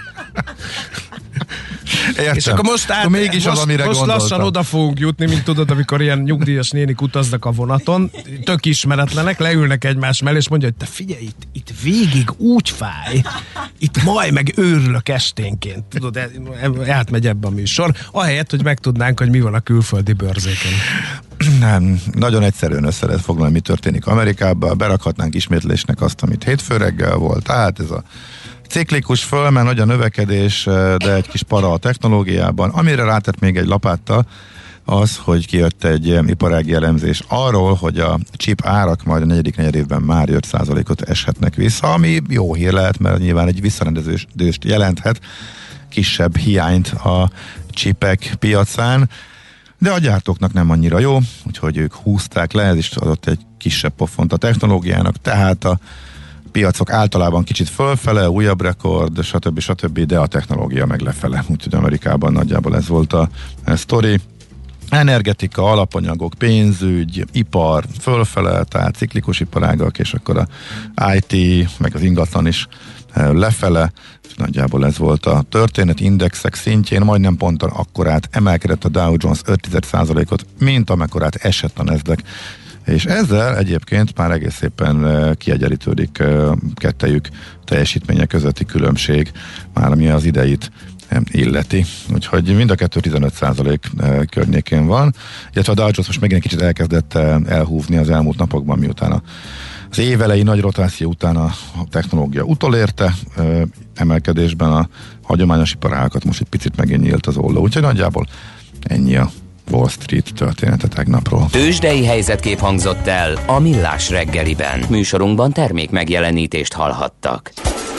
Értem. És akkor most, át, mégis most, az, amire most gondoltam. lassan oda fogunk jutni, mint tudod, amikor ilyen nyugdíjas nénik utaznak a vonaton, tök ismeretlenek, leülnek egymás mellé, és mondja, hogy te figyelj, itt, itt végig úgy fáj, itt majd meg őrülök esténként. Tudod, átmegy ebbe a műsor, ahelyett, hogy megtudnánk, hogy mi van a külföldi bőrzéken. Nem, nagyon egyszerűen össze lehet foglalni, mi történik Amerikában, berakhatnánk ismétlésnek azt, amit hétfő reggel volt, tehát ez a ciklikus fölmen, nagy a növekedés, de egy kis para a technológiában. Amire rátett még egy lapáttal, az, hogy kijött egy iparági elemzés arról, hogy a chip árak majd a negyedik negyedévben már öt százalékot eshetnek vissza, ami jó hír lehet, mert nyilván egy visszarendezést jelenthet, kisebb hiányt a chipek piacán, de a gyártóknak nem annyira jó, úgyhogy ők húzták le, ez is adott egy kisebb pofont a technológiának, tehát a piacok általában kicsit fölfele, újabb rekord, stb. stb., de a technológia meg lefele. Úgyhogy Amerikában nagyjából ez volt a, a sztori. Energetika, alapanyagok, pénzügy, ipar fölfele, tehát ciklikus iparágak, és akkor a i té, meg az ingatlan is lefele. Nagyjából ez volt a történet. Indexek szintjén majdnem pont akkorát emelkedett a Dow Jones öt százalékot, mint amekkorát esett a Nasdaq. És ezzel egyébként már egész szépen kiegyenlítődik kettejük teljesítménye közötti különbség, már ami az ideit illeti. Úgyhogy mind a kettő tizenöt százalék környékén van. Illetve a Dow Jones most megint egy kicsit elkezdett elhúvni az elmúlt napokban, miután az évelei nagy rotáció után a technológia utolérte emelkedésben a hagyományos iparágakat, most egy picit megint nyílt az olló. Úgyhogy nagyjából ennyi a Wall Street története tegnapról. Tőzsdei helyzetkép hangzott el a Millás reggeliben. Műsorunkban termék megjelenítést hallhattak.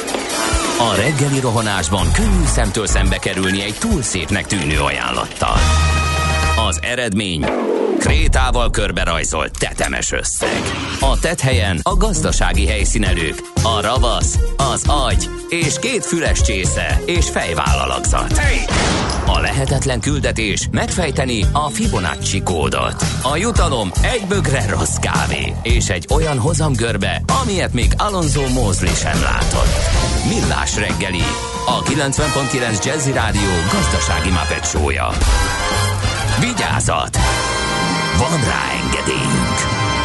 A reggeli rohanásban könnyű szemtől szembe kerülni egy túl szépnek tűnő ajánlattal. Az eredmény... krétával körberajzolt tetemes összeg. A tetthelyen a gazdasági helyszínelők, a ravasz, az agy és két füles csésze és fejvállalakzat. A lehetetlen küldetés megfejteni a Fibonacci kódot. A jutalom egy bögre rossz kávé és egy olyan hozamgörbe, amilyet még Alonso Mosley sem látott. Millás reggeli, a kilencven pont kilenc Jazzy Rádió gazdasági Muppet show-ja. Vigyázat! Van rá engedélyünk!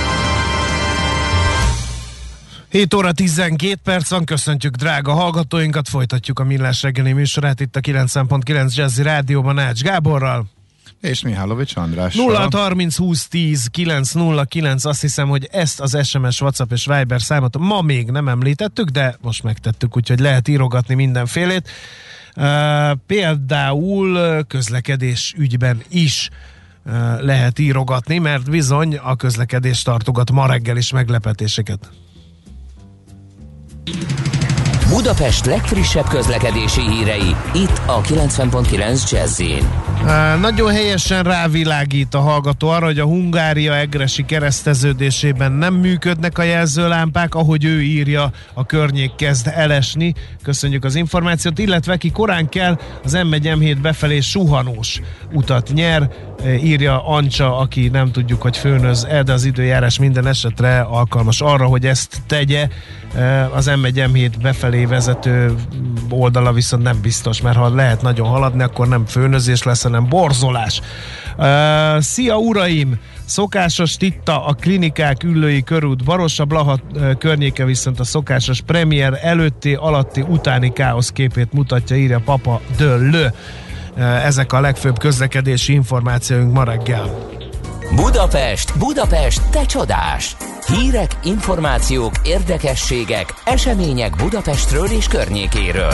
hét óra tizenkét perc van, köszöntjük drága hallgatóinkat, folytatjuk a Millás reggeli műsorát itt a kilencven pont kilenc Jazzy Rádióban Ács Gáborral. És Mihálovics Andrással. nulla harminc húsz tíz kilenc nulla kilenc, azt hiszem, hogy ezt az es em es, WhatsApp és Viber számot ma még nem említettük, de most megtettük, úgyhogy lehet írogatni mindenfélét. Uh, például közlekedés ügyben is uh, lehet írogatni, mert bizony a közlekedés tartogat ma reggel is meglepetéseket. Budapest legfrissebb közlekedési hírei, itt a kilencven pont kilenc Jazzyn. Uh, nagyon helyesen rávilágít a hallgató arra, hogy a Hungária-Egressy kereszteződésében nem működnek a jelzőlámpák, ahogy ő írja, a környék kezd elesni. Köszönjük az információt, illetve ki korán kell, az em egy em hét befelé suhanós utat nyer, írja Ancsa, aki nem tudjuk, hogy főnöz-e, de az időjárás minden esetre alkalmas arra, hogy ezt tegye. Az em egy em hét befelé vezető oldala viszont nem biztos, mert ha lehet nagyon haladni, akkor nem főnözés lesz, hanem borzolás. Uh, szia uraim! Szokásos titta a klinikák Üllői körút, Barossa Blaha uh, környéke viszont a szokásos premier előtti, alatti, utáni káosz képét mutatja, írja Papa Döllő. Uh, ezek a legfőbb közlekedési információink ma reggel. Budapest, Budapest, te csodás! Hírek, információk, érdekességek, események Budapestről és környékéről.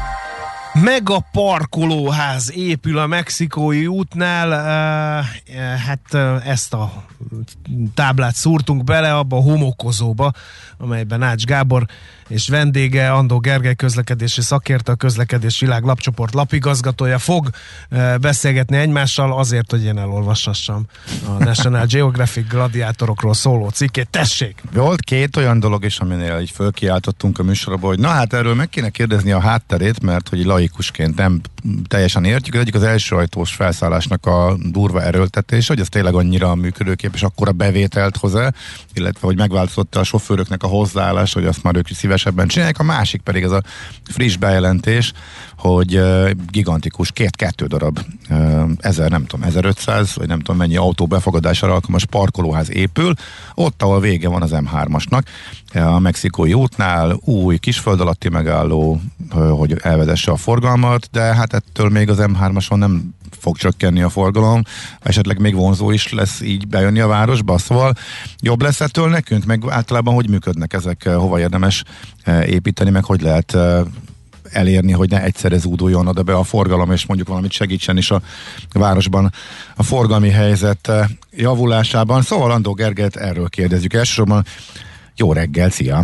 Mega parkolóház épül a Mexikói útnál, uh, hát uh, ezt a táblát szúrtunk bele abba a homokozóba, amelyben Ács Gábor és vendége Andó Gergely közlekedési szakértő, a Közlekedés Világ lapcsoport lapigazgatója fog uh, beszélgetni egymással azért, hogy én elolvashassam a National Geographic gladiátorokról szóló cikkét. Tessék! Volt két olyan dolog is, aminél így fölkiáltottunk a műsorba, hogy na hát erről meg kéne kérdezni a hátterét, mert hogy laikusként nem teljesen értjük. Az egyik az első ajtós felszállásnak a durva erőltetése, hogy ez tényleg annyira működőképes, akkora bevételt hoz-e, illetve hogy megváltozott a sofőröknek a hozzáállás, hogy azt már ők szívesebben csinálják. A másik pedig ez a friss bejelentés, hogy uh, gigantikus, két-kettő darab uh, ezer, nem tudom, ezerötszáz, vagy nem tudom mennyi autó befogadására alkalmas parkolóház épül, ott, ahol vége van az em hármasnak, a Mexikói útnál új kisföld alatti megálló, uh, hogy elvezesse a forgalmat, de hát ettől még az em hármason nem fog csökkenni a forgalom, esetleg még vonzó is lesz így bejönni a városba, szóval jobb lesz ettől nekünk, meg általában hogy működnek ezek, hova érdemes építeni, meg hogy lehet elérni, hogy ne egyszerre zúduljon oda be a forgalom, és mondjuk valamit segítsen is a városban a forgalmi helyzet javulásában. Szóval Andó Gergelyt erről kérdezzük. Elsősorban jó reggel, szia!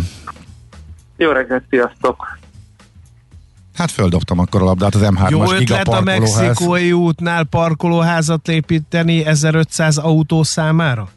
Jó reggelt, sziasztok! Hát földobtam akkor a labdát, az em hármas jó ötlet a Mexikói útnál parkolóházat építeni ezerötszáz autó számára?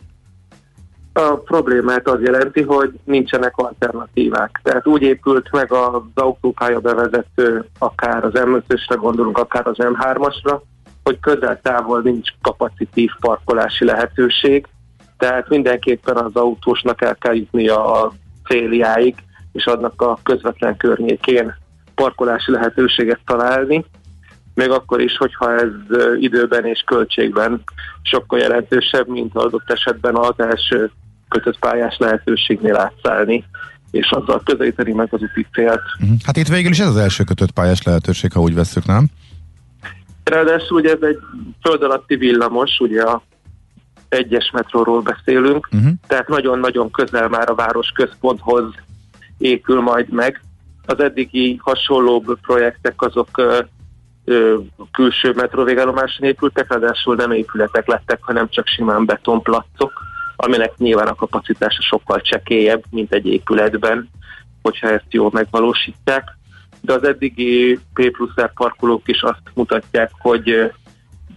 A problémát az jelenti, hogy nincsenek alternatívák. Tehát úgy épült meg az autópálya bevezető, akár az em ötösre gondolunk, akár az em hármasra, hogy közel-távol nincs kapacitív parkolási lehetőség, tehát mindenképpen az autósnak el kell jutnia a céljáig, és annak a közvetlen környékén parkolási lehetőséget találni, még akkor is, hogyha ez időben és költségben sokkal jelentősebb, mint adott esetben az első kötött pályás lehetőségnél átszállni, és azzal közelíteni meg az úti célt. Hát itt végül is ez az első kötött pályás lehetőség, ha úgy vesszük, nem? Ráadásul ugye ez egy föld alatti villamos, ugye a egyes metróról beszélünk, uh-huh. tehát nagyon-nagyon közel már a város központhoz épül majd meg. Az eddigi hasonlóbb projektek azok ö, ö, külső metróvégállomáson épültek, ráadásul nem épületek lettek, hanem csak simán betonplacok, aminek nyilván a kapacitása sokkal csekélyebb, mint egy épületben, hogyha ezt jól megvalósítják. De az eddigi P plusz R parkolók is azt mutatják, hogy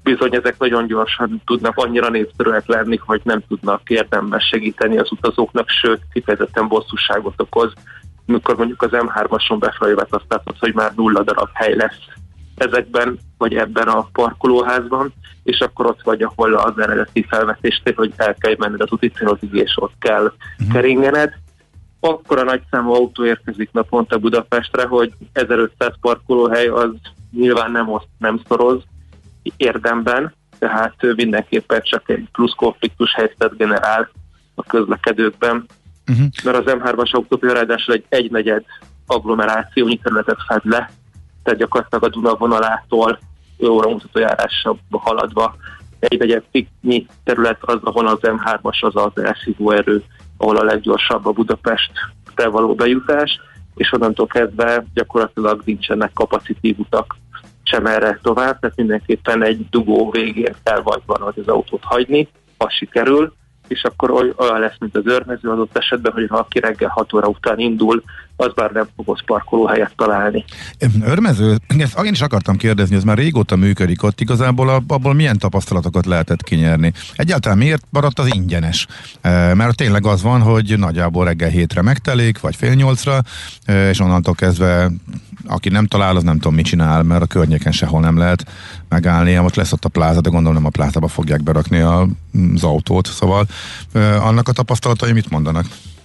bizony ezek nagyon gyorsan tudnak annyira népszerűek lenni, hogy nem tudnak érdemben segíteni az utazóknak, sőt, kifejezetten bosszúságot okoz, amikor mondjuk az em hármason befelé azt látod, hogy már nulla darab hely lesz ezekben, vagy ebben a parkolóházban, és akkor ott vagy, ahol az eredeti felvetéstél, hogy el kell menned az úticélotig, és ott kell uh-huh. keringened. Akkor a nagyszámú autó érkezik naponta Budapestre, hogy ezerötszáz parkolóhely az nyilván nem oszt, nem szoroz érdemben, tehát mindenképpen csak egy plusz konfliktus helyzetet generál a közlekedőkben. Uh-huh. Mert az em hármas autópálya ráadásul egy egynegyed agglomerációnyi területet fed le, tehát gyakorlatilag a Duna vonalától óramutató járással haladva egynegyed piknyi terület az, ahol az em hármas az az elszívó erő, ahol a leggyorsabb a Budapestre való bejutás, és onnantól kezdve gyakorlatilag nincsenek kapacitív utak sem erre tovább, tehát mindenképpen egy dugó végén kell vagy valahogy az autót hagyni, ha sikerül, és akkor olyan lesz, mint az Örmező adott esetben, hogy ha aki reggel hat óra után indul, az bár nem fog ott parkolóhelyet találni. Örmező, ezt én is akartam kérdezni, ez már régóta működik ott, igazából abból milyen tapasztalatokat lehetett kinyerni? Egyáltalán miért maradt az ingyenes? Mert tényleg az van, hogy nagyjából reggel hétre megtelik, vagy fél nyolcra, és onnantól kezdve aki nem talál, az nem tudom mit csinál, mert a környéken sehol nem lehet megállni. Most lesz ott a pláza, de gondolom nem a plázába fogják berakni az autót, szóval annak a tapasztalatai mit mondanak?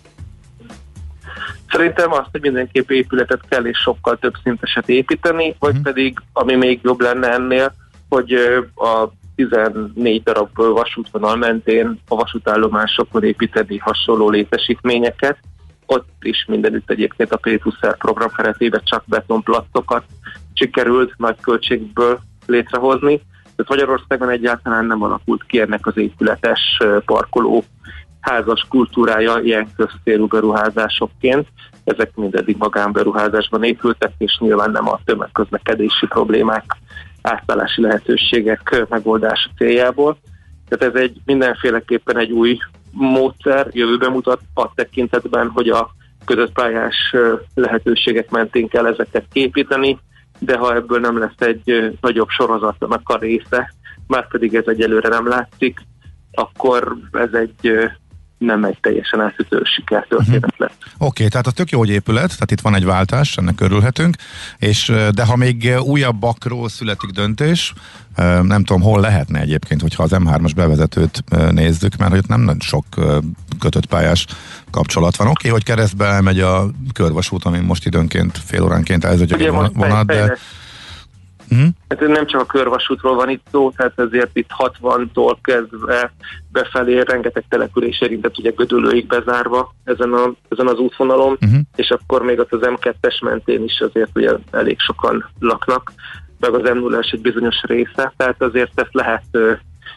Szerintem azt, hogy mindenképp épületet kell és sokkal több szinteset építeni, vagy uh-huh. pedig, ami még jobb lenne ennél, hogy a tizennégy darab vasútvonal mentén a vasútállomásokon építeni hasonló létesítményeket. Ott is mindenütt egyébként a P plusz R program keretében csak betonplattokat sikerült nagy költségből létrehozni. Tehát Magyarországon egyáltalán nem alakult ki ennek az épületes parkoló házas kultúrája ilyen közcélú beruházásokként. Ezek mindeddig magánberuházásban épültek, és nyilván nem a tömegközlekedési problémák, átszállási lehetőségek megoldása céljából. Tehát ez egy mindenféleképpen egy új módszer, jövőben mutat a tekintetben, hogy a közöttpályás lehetőségek mentén kell ezeket képíteni, de ha ebből nem lesz egy nagyobb sorozatnak a része, már pedig ez egyelőre nem látszik, akkor ez egy nem egy teljesen elszütő sikertörténet uh-huh. lett. Oké, okay, tehát a tök jó, hogy épület, tehát itt van egy váltás, ennek örülhetünk, és, de ha még újabbakról születik döntés, nem tudom, hol lehetne egyébként, hogyha az em hármas bevezetőt nézzük, mert hogy nem sok kötött pályás kapcsolat van. Oké, okay, hogy keresztbe elmegy a körvasút, ami most időnként, fél óránként elzögyög egy vonat, de... Uh-huh. Hát nem csak a körvasútról van itt szó, tehát ezért itt hatvantól kezdve befelé rengeteg település érintett, ugye Gödöllőig bezárva ezen, a, ezen az útvonalon, uh-huh. és akkor még ott az em kettes mentén is azért ugye elég sokan laknak, meg az em nullás egy bizonyos része, tehát azért ezt lehet ö,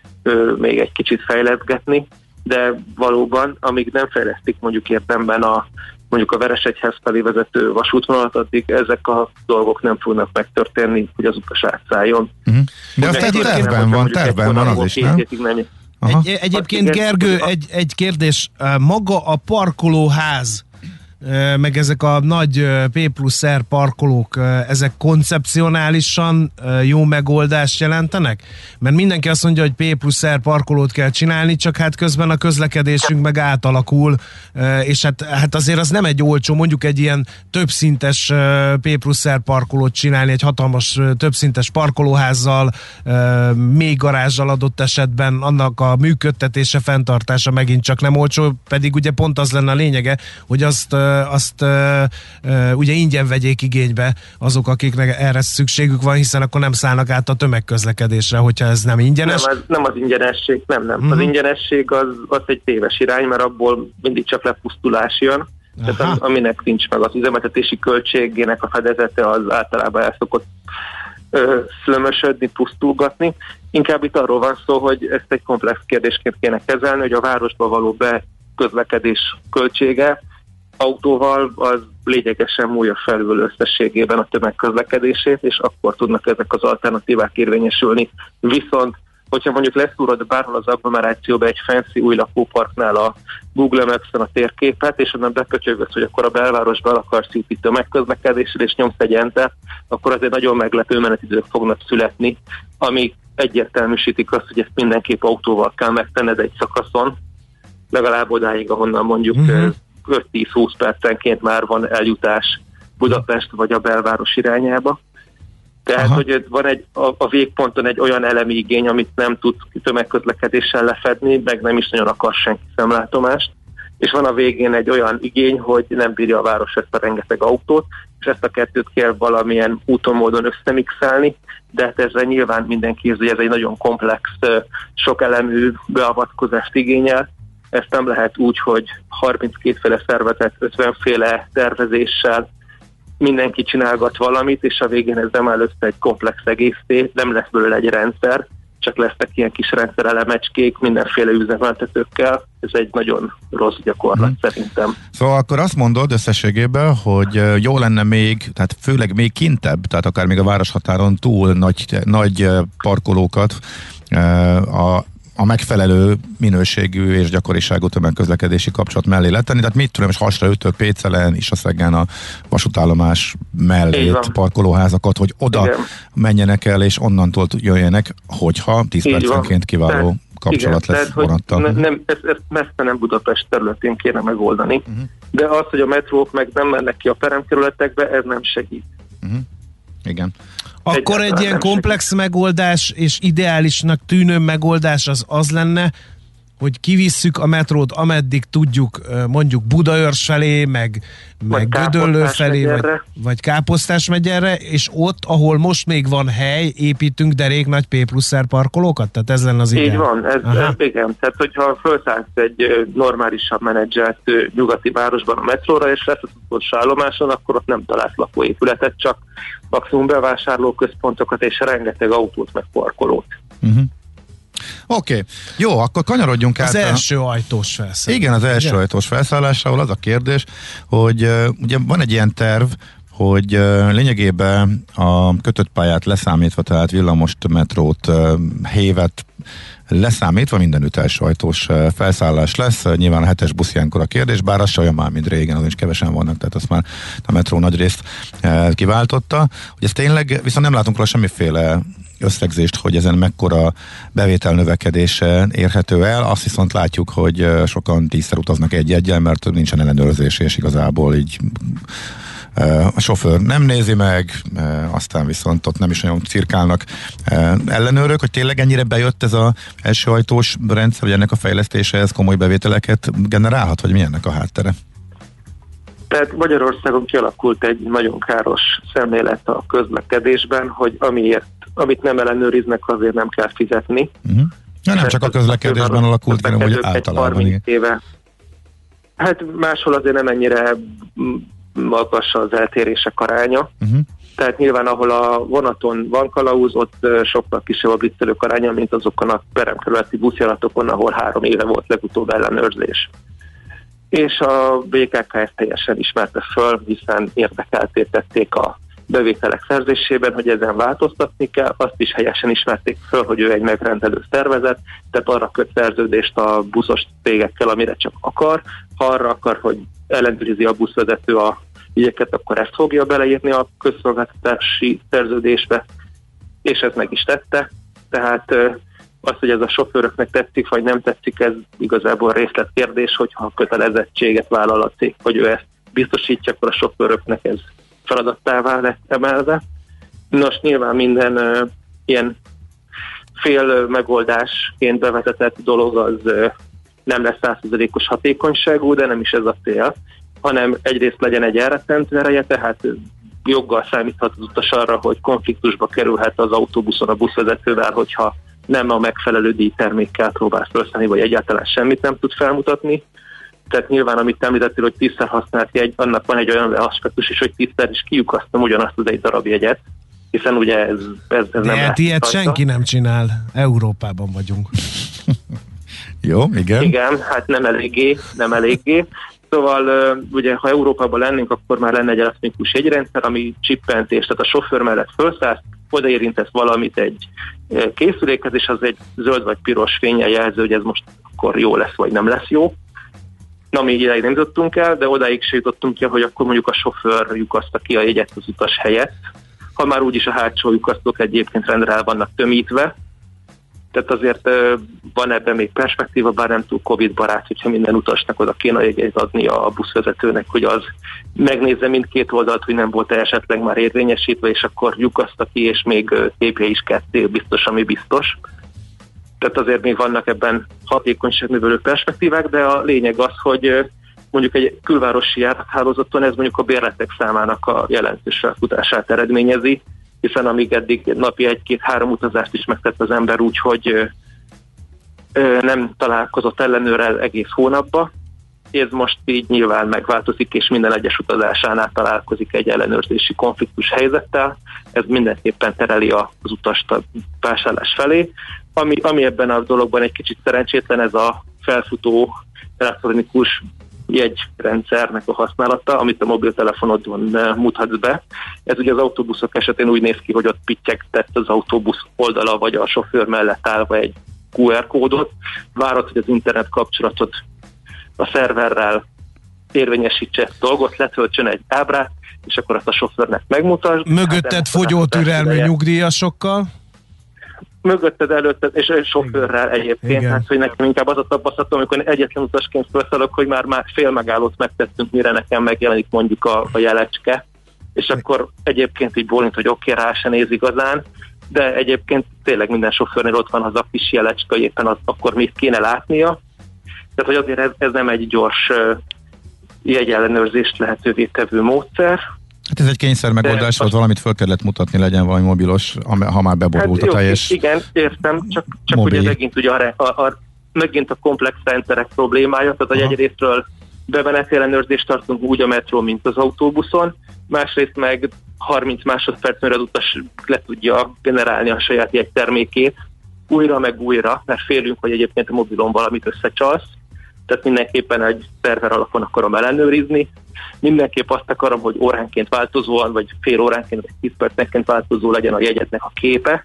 ö, még egy kicsit fejleszgetni, de valóban, amíg nem fejlesztik mondjuk érdemben a mondjuk a Veresegyház felé vezető vasútvonalat, addig ezek a dolgok nem fognak megtörténni, hogy az utas átszálljon. Uh-huh. De aztán tervben van, tervben van az is, nem? Egy, egyébként Gergő, egy, egy kérdés, maga a parkolóház, meg ezek a nagy P plusz R parkolók, ezek koncepcionálisan jó megoldást jelentenek? Mert mindenki azt mondja, hogy P plusz R parkolót kell csinálni, csak hát közben a közlekedésünk meg átalakul, és hát, hát azért az nem egy olcsó, mondjuk egy ilyen többszintes P plusz R parkolót csinálni, egy hatalmas többszintes parkolóházzal, még garázsal adott esetben, annak a működtetése, fenntartása megint csak nem olcsó, pedig ugye pont az lenne a lényege, hogy azt azt uh, uh, ugye ingyen vegyék igénybe azok, akiknek erre szükségük van, hiszen akkor nem szállnak át a tömegközlekedésre, hogyha ez nem ingyenes. Nem, az, nem az ingyenesség, nem, nem. Uh-huh. Az ingyenesség az, az egy téves irány, mert abból mindig csak lepusztulás jön. Aha. Tehát aminek nincs meg az üzemeltetési költségének a fedezete, az általában el szokott szlömösödni, pusztulgatni. Inkább itt arról van szó, hogy ezt egy komplex kérdésként kéne kezelni, hogy a városba való beközlekedés költsége autóval az lényegesen múlja felül összességében a tömegközlekedését, és akkor tudnak ezek az alternatívák érvényesülni. Viszont, hogyha mondjuk leszúrod bárhol az agglomerációba egy fancy új lakóparknál a Google Maps-en a térképet, és onnan bepötyögöz, hogy akkor a belvárosban akarsz itt tömegközlekedésre, és nyomsz egy entert, akkor azért nagyon meglepő menetidők fognak születni, amik egyértelműsítik azt, hogy ezt mindenképp autóval kell megtenned egy szakaszon, legalább odáig, ahonnan mondjuk uh-huh. öt-tíz-húsz percenként már van eljutás Budapest vagy a belváros irányába. Tehát, Aha. hogy van egy, a, a végponton egy olyan elemi igény, amit nem tud tömegközlekedéssel lefedni, meg nem is nagyon akar senki szemlátomást, és van a végén egy olyan igény, hogy nem bírja a város ezt a rengeteg autót, és ezt a kettőt kell valamilyen úton, módon összemixelni, de hát ezzel nyilván mindenki érzi, hogy ez egy nagyon komplex, sok elemű beavatkozást igényel. Ezt nem lehet úgy, hogy harminckétféle szervezet, ötvenféle tervezéssel mindenki csinálgat valamit, és a végén ez nem áll össze egy komplex egészé, nem lesz belőle egy rendszer, csak lesznek ilyen kis rendszerelemecskék mindenféle üzemeltetőkkel. Ez egy nagyon rossz gyakorlat mm. szerintem. Szóval akkor azt mondod összességében, hogy jó lenne még, tehát főleg még kintebb, tehát akár még a városhatáron túl nagy, nagy parkolókat a a megfelelő minőségű és gyakoriságú tömegközlekedési kapcsolat mellé letenni. Tehát mit tudom, és hasra ütő Pécelen, Isaszeggen a vasútállomás mellét parkolóházakat, hogy oda Igen. menjenek el, és onnantól jöjjenek, hogyha tíz Így percenként kiváló tehát, kapcsolat igen, lesz vonattal. Ne, nem, ezt, ezt messze nem Budapest területén kéne megoldani, uh-huh. de az, hogy a metrók meg nem mennek ki a peremkerületekbe, ez nem segít. Uh-huh. Igen. Akkor egy ilyen komplex megoldás és ideálisnak tűnő megoldás az az lenne, hogy kivisszük a metrót, ameddig tudjuk, mondjuk Budaörs felé, meg, meg Gödöllő felé, vagy, vagy Káposztás megyerre, és ott, ahol most még van hely, építünk derék nagy P plusz R parkolókat? Tehát ez lenne az ideál. Így van, ez, ez igen. Tehát, hogyha felszállsz egy normálisabb menedzselt nyugati városban a metróra, és lesz az utolsó állomáson, akkor ott nem találsz lakóépületet, csak maximum bevásárlóközpontokat és rengeteg autót meg parkolót. Uh-huh. Oké, okay. Jó, akkor kanyarodjunk át. Az első ajtós felszállás. Igen, az első Igen. ajtós felszállás, ahol az a kérdés, hogy uh, ugye van egy ilyen terv, hogy uh, lényegében a kötött pályát leszámítva, tehát villamost, metrót, uh, hévet leszámítva mindenütt első ajtós uh, felszállás lesz. Uh, nyilván a hetes busz ilyenkor a kérdés, bár az se olyan már, mint régen, azon is kevesen vannak, tehát azt már a metró nagy részt uh, kiváltotta. Hogy ez tényleg, viszont nem látunk róla semmiféle összegzést, hogy ezen mekkora bevétel növekedése érhető el. Azt viszont látjuk, hogy sokan tízszer utaznak egy-egyel, mert nincsen ellenőrzés, és igazából így a sofőr nem nézi meg, aztán viszont ott nem is nagyon cirkálnak ellenőrök, hogy tényleg ennyire bejött ez az első ajtós rendszer, hogy ennek a fejlesztése ez komoly bevételeket generálhat, vagy mi ennek a háttere? Tehát Magyarországon kialakult egy nagyon káros szemlélet a közlekedésben, hogy amiért, amit nem ellenőriznek, azért nem kell fizetni. Uh-huh. Ja, nem csak a közlekedésben alakult, hanem hogy általában. Éve. Hát máshol azért nem ennyire magas az eltérések aránya. Uh-huh. Tehát nyilván, ahol a vonaton van kalauz, ott sokkal kisebb a blitzelők aránya, mint azokon a peremkerületi buszjáratokon, ahol három éve volt legutóbb ellenőrzés. És a bé ká ká ezt teljesen ismerte föl, hiszen érdekeltették a bevételek szerzésében, hogy ezen változtatni kell, azt is helyesen ismerték föl, hogy ő egy megrendelő szervezet, tehát arra köt szerződést a buszos cégekkel, amire csak akar. Ha arra akar, hogy ellenőrizi a buszvezető a ügyeket, akkor ezt fogja beleírni a közszolgáltatási szerződésbe, és ez meg is tette. Tehát az, hogy ez a sofőröknek tetszik, vagy nem tetszik, ez igazából részletkérdés, hogyha a kötelezettséget vállal a cég, hogy ő ezt biztosítja, akkor a sofőröknek ez feladattává lett emelve. Nos, nyilván minden uh, ilyen fél megoldásként bevezetett dolog az uh, nem lesz száz százalékos hatékonyságú, de nem is ez a cél, hanem egyrészt legyen egy elrettentő ereje, tehát joggal számíthat az utas arra, hogy konfliktusba kerülhet az autóbuszon a buszvezetővel, hogyha nem a megfelelő díjtermékkel próbál felszállni, vagy egyáltalán semmit nem tud felmutatni. Tehát nyilván, amit említettél, hogy tízszer használt jegy, annak van egy olyan aspektus is, hogy tízszer is kiukasztom ugyanazt az egy darab jegyet, hiszen ugye ez, ez, ez nem hát ilyet rajta. Senki nem csinál. Európában vagyunk. Jó, igen. Igen, hát nem eléggé, nem eléggé. Szóval ugye, ha Európában lennénk, akkor már lenne egy elektronikus jegyrendszer, ami csippentés, tehát a sofőr mellett felszállsz, odaérintesz valamit egy készülékhez, és az egy zöld vagy piros fénnyel jelző, hogy ez most akkor jó lesz, vagy nem lesz jó. Na, még ideig nem jutottunk el, de odáig se jutottunk ki, hogy akkor mondjuk a sofőr lyukaszta ki a jegyet az utas helyett. Ha már úgyis a hátsó lyukasztók egyébként rendre el vannak tömítve, Tehát azért van ebben még perspektíva, bár nem túl Covid barát, hogyha minden utasnak oda kéne jegyet adni a buszvezetőnek, hogy az megnézze mindkét oldalt, hogy nem volt esetleg már érvényesítve, és akkor lyukaszta ki, és még tépje is ketté, biztos, ami biztos. Tehát azért még vannak ebben hatékonyságnövelő perspektívák, de a lényeg az, hogy mondjuk egy külvárosi járathálózaton ez mondjuk a bérletek számának a jelentős felfutását eredményezi, hiszen amíg eddig napi egy-két-három utazást is megtett az ember úgy, hogy nem találkozott ellenőrrel egész hónapba, ez most így nyilván megváltozik, és minden egyes utazásánál találkozik egy ellenőrzési konfliktus helyzettel. Ez mindenképpen tereli az utast a vásárlás felé. Ami, ami ebben a dologban egy kicsit szerencsétlen, ez a felfutó elektronikus jegyrendszernek a használata, amit a mobiltelefonodon mutatsz be. Ez ugye az autóbuszok esetén úgy néz ki, hogy ott pittyegtett az autóbusz oldala, vagy a sofőr mellett állva egy kú er kódot, várod, hogy az internet kapcsolatot a szerverrel érvényesítse ezt dolgot, letöltsön egy ábrát, és akkor azt a sofőrnek megmutasd. Mögötted fogyótürelmű nyugdíjasokkal? Mögötted, előtted, és a sofőrrel egyébként, hát, hogy nekem inkább az a tapasztalatom, amikor egyetlen utasként felszállok, hogy már, már fél megállót megtettünk, mire nekem megjelenik mondjuk a, a jelecske, és akkor egyébként így bólint, hogy oké, okay, rá se néz igazán, de egyébként tényleg minden sofőrnél ott van az a kis jelecske, hogy éppen az, akkor mit kéne látnia. Tehát, hogy azért ez, ez nem egy gyors uh, jegyellenőrzést lehetővé tevő módszer. Hát ez egy kényszer megoldás, volt, valamit föl kellett mutatni, legyen valami mobilos, ha már beborult hát, a teljes. Igen, értem, csak, csak ugye megint, ugye a, a, a, megint a komplex rendszerek problémája, tehát hogy egyrésztről bemeneti ellenőrzést tartunk úgy a metró, mint az autóbuszon, másrészt meg harminc másodpercre az utas le tudja generálni a saját jegytermékét újra meg újra, mert félünk, hogy egyébként a mobilon valamit összecsalsz, tehát mindenképpen egy szerver alapon akarom ellenőrizni. Mindenképp azt akarom, hogy óránként változóan, vagy fél óránként, vagy tíz percenként változó legyen a jegyetnek a képe.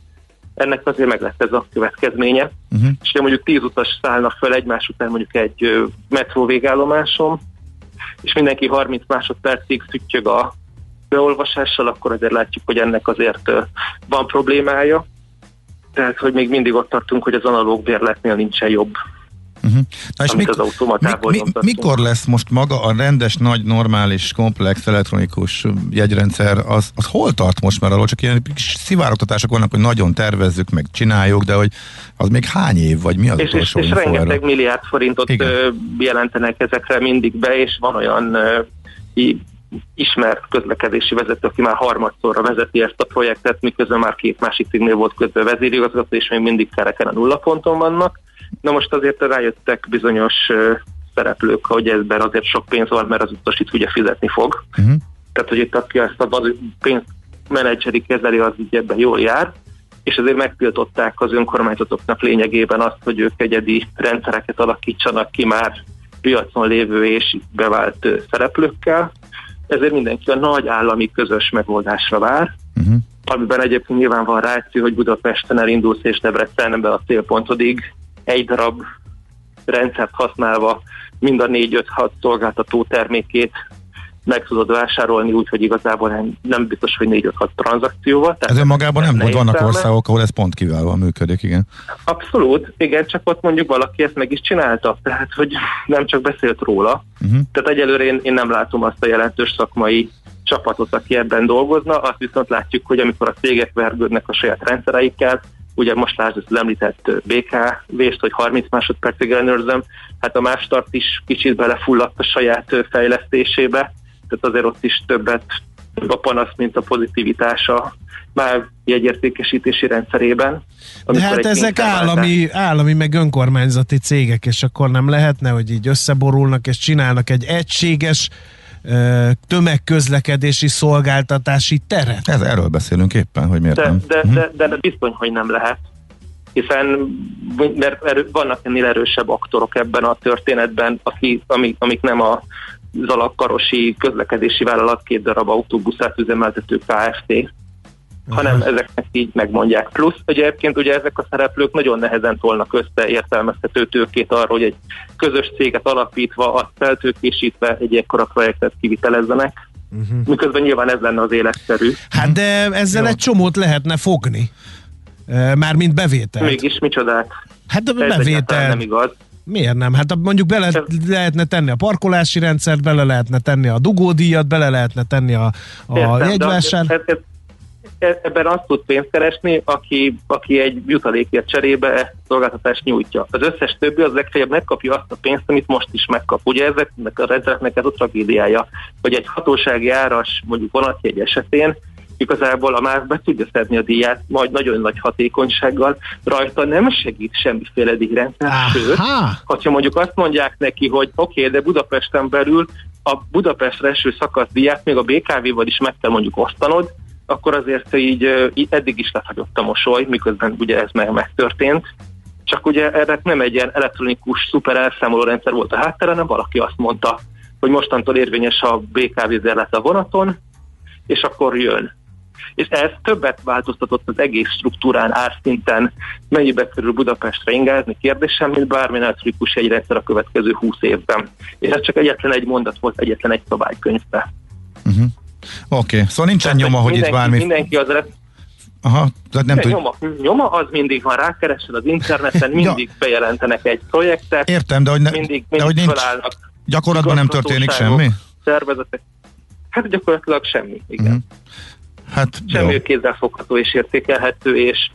Ennek azért meg lesz ez a következménye. Uh-huh. És ha mondjuk tíz utas szállnak fel egymás után mondjuk egy metró végállomáson, és mindenki harminc másodpercig szüttyög a beolvasással, akkor azért látjuk, hogy ennek azért van problémája. Tehát, hogy még mindig ott tartunk, hogy az analóg bérletnél nincsen jobb. Uh-huh. Na és mik, mi, mi, mikor lesz most maga a rendes, nagy, normális, komplex, elektronikus jegyrendszer, az, az hol tart most már alól? Csak ilyen szivárogtatások vannak, hogy nagyon tervezzük, meg csináljuk, de hogy az még hány év, vagy mi az és, utolsó És, és rengeteg erről? Milliárd forintot ö, jelentenek ezekre mindig be, és van olyan ö, i, ismert közlekedési vezető, aki már harmadszorra vezeti ezt a projektet, miközben már két másik cégnél volt közben vezérigazgató, és még mindig kereken a nulla ponton vannak. Na most azért rájöttek bizonyos uh, szereplők, hogy ebben azért sok pénz van, mert az utas itt ugye fizetni fog. Uh-huh. Tehát, hogy itt aki ezt a pénzmenedzseri kezeli, az így ebben jól jár, és azért megtiltották az önkormányzatoknak lényegében azt, hogy ők egyedi rendszereket alakítsanak ki már piacon lévő és bevált uh, szereplőkkel. Ezért mindenki a nagy állami közös megoldásra vár, uh-huh. amiben egyébként nyilván van ráció, hogy Budapesten elindulsz és Debrecenbe a célpontodig egy darab rendszert használva mind a négy-öt-hat szolgáltató termékét meg tudod vásárolni, úgyhogy igazából nem, nem biztos, hogy négy-öt-hat tranzakcióval. Ez önmagában nem, hogy vannak országok, ahol ez pont kiválóan működik, igen. Abszolút, igen, csak ott mondjuk valaki ezt meg is csinálta, tehát hogy nem csak beszélt róla. Uh-huh. Tehát egyelőre én, én nem látom azt a jelentős szakmai csapatot, aki ebben dolgozna, azt viszont látjuk, hogy amikor a cégek vergődnek a saját rendszereikkel, ugye most lásd az említett bé ká vést, hogy harminc másodpercig ellenőrzöm, hát a Mástart is kicsit belefulladt a saját fejlesztésébe, tehát azért ott is többet több a panasz, mint a pozitivitása már jegyértékesítési rendszerében. De hát ezek állami, állami meg önkormányzati cégek, és akkor nem lehetne, hogy így összeborulnak és csinálnak egy egységes tömegközlekedési szolgáltatási teret. Ez, erről beszélünk éppen, hogy miért de, nem. De, de, de, de bizony, hogy nem lehet. Hiszen mert vannak ennél erősebb aktorok ebben a történetben, aki, amik, amik nem a Zalagkarosi közlekedési vállalat két darab autóbuszát üzemeltető ká ef té, hanem ezeknek így megmondják. Plusz, hogy egyébként ugye ezek a szereplők nagyon nehezen tolnak össze értelmezhető tőkét arra, hogy egy közös céget alapítva, azt feltőkésítve egy ekkora projektet kivitelezzenek. Uh-huh. Miközben nyilván ez lenne az életszerű. Hát de ezzel Jó. egy csomót lehetne fogni. Mármint bevételt. Mégis micsodát? Hát a Ez bevétel. nem igaz. Miért nem? Hát mondjuk bele lehetne tenni a parkolási rendszert, bele lehetne tenni a dugódíjat, bele lehetne tenni a, a jegyvásár. Ebben azt tud pénzt keresni, aki, aki egy jutalékért cserébe ezt a szolgáltatást nyújtja. Az összes többi az legfeljebb megkapja azt a pénzt, amit most is megkap. Ugye ezeknek a rendszereknek ez a tragédiája, hogy egy hatósági áras, mondjuk vonatjegy esetén igazából a MÁV be tudja szedni a díját, majd nagyon nagy hatékonysággal, rajta nem segít semmiféle díjrendszer, sőt, ha mondjuk azt mondják neki, hogy oké, okay, de Budapesten belül a Budapestre eső szakasz díját még a bé ká vé-val is meg kell mondjuk osztanod, akkor azért így, így eddig is lefagyott a mosoly, miközben ugye ez meg megtörtént. Csak ugye erre nem egy ilyen elektronikus szuper elszámoló rendszer volt a háttere, hanem valaki azt mondta, hogy mostantól érvényes a bé ká vé zerlet a vonaton, és akkor jön. És ez többet változtatott az egész struktúrán, árszinten, mennyibe kerül Budapestre ingázni kérdésem, mint bármilyen elektronikus jegyrendszer a következő húsz évben. És ez csak egyetlen egy mondat volt, egyetlen egy szabálykönyvbe. Uh-huh. Oké, okay. Szóval nincsen tehát, nyoma, hogy mindenki, itt bármi... Mindenki az... Aha, tehát nem tud... nyoma, nyoma az mindig van, rákeresel az interneten, mindig ja. bejelentenek egy projektet. Értem, de hogy, ne, mindig, mindig de hogy nincs... Gyakorlatban nem történik semmi? Szervezetek. Hát gyakorlatilag semmi, igen. Uh-huh. Hát, semmi kézzelfogható és értékelhető, és,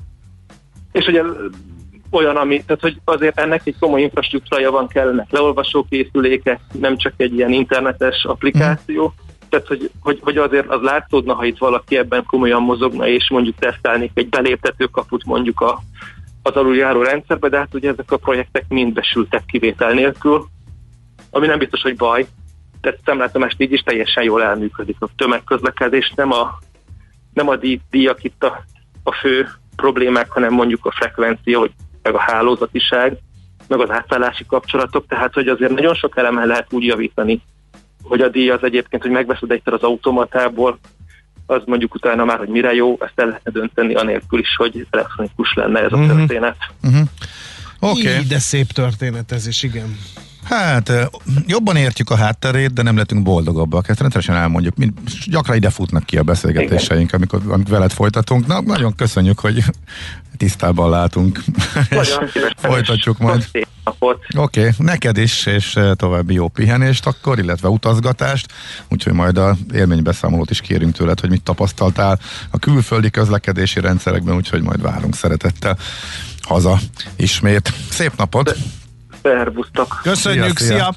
és ugye olyan, ami, tehát hogy azért ennek egy komoly infrastruktúrája van, kellenek leolvasókészülékek, nem csak egy ilyen internetes applikáció, uh-huh. tehát hogy, hogy, hogy azért az látszódna, ha itt valaki ebben komolyan mozogna, és mondjuk tesztelnék egy beléptető kaput mondjuk a, az aluljáró rendszerbe, de hát ugye ezek a projektek mind besültek kivétel nélkül, ami nem biztos, hogy baj, tehát szemlátomást így is teljesen jól elműködik. A tömegközlekedés nem a nem a díj, díjak itt a, a fő problémák, hanem mondjuk a frekvencia, vagy meg a hálózatiság, meg az átszállási kapcsolatok, tehát hogy azért nagyon sok elemen lehet úgy javítani, hogy a díj az egyébként, hogy megveszed egyszer az automatából, az mondjuk utána már, hogy mire jó, ezt el lehetne dönteni anélkül is, hogy elektronikus lenne ez a uh-huh. történet. Uh-huh. Oké. Okay. De szép történet ez is, igen. Hát jobban értjük a hátterét, de nem lettünk boldogabbak. Ezt rendszeresen elmondjuk. Mind, gyakran ide futnak ki a beszélgetéseink, amikor, amikor veled folytatunk. Na, nagyon köszönjük, hogy tisztában látunk. És folytatjuk majd. Oké, okay, neked is, és további jó pihenést akkor, illetve utazgatást. Úgyhogy majd a élménybeszámolót is kérünk tőled, hogy mit tapasztaltál a külföldi közlekedési rendszerekben, úgyhogy majd várunk szeretettel haza ismét. Szép napot! Szervusztok! Köszönjük, szia! szia.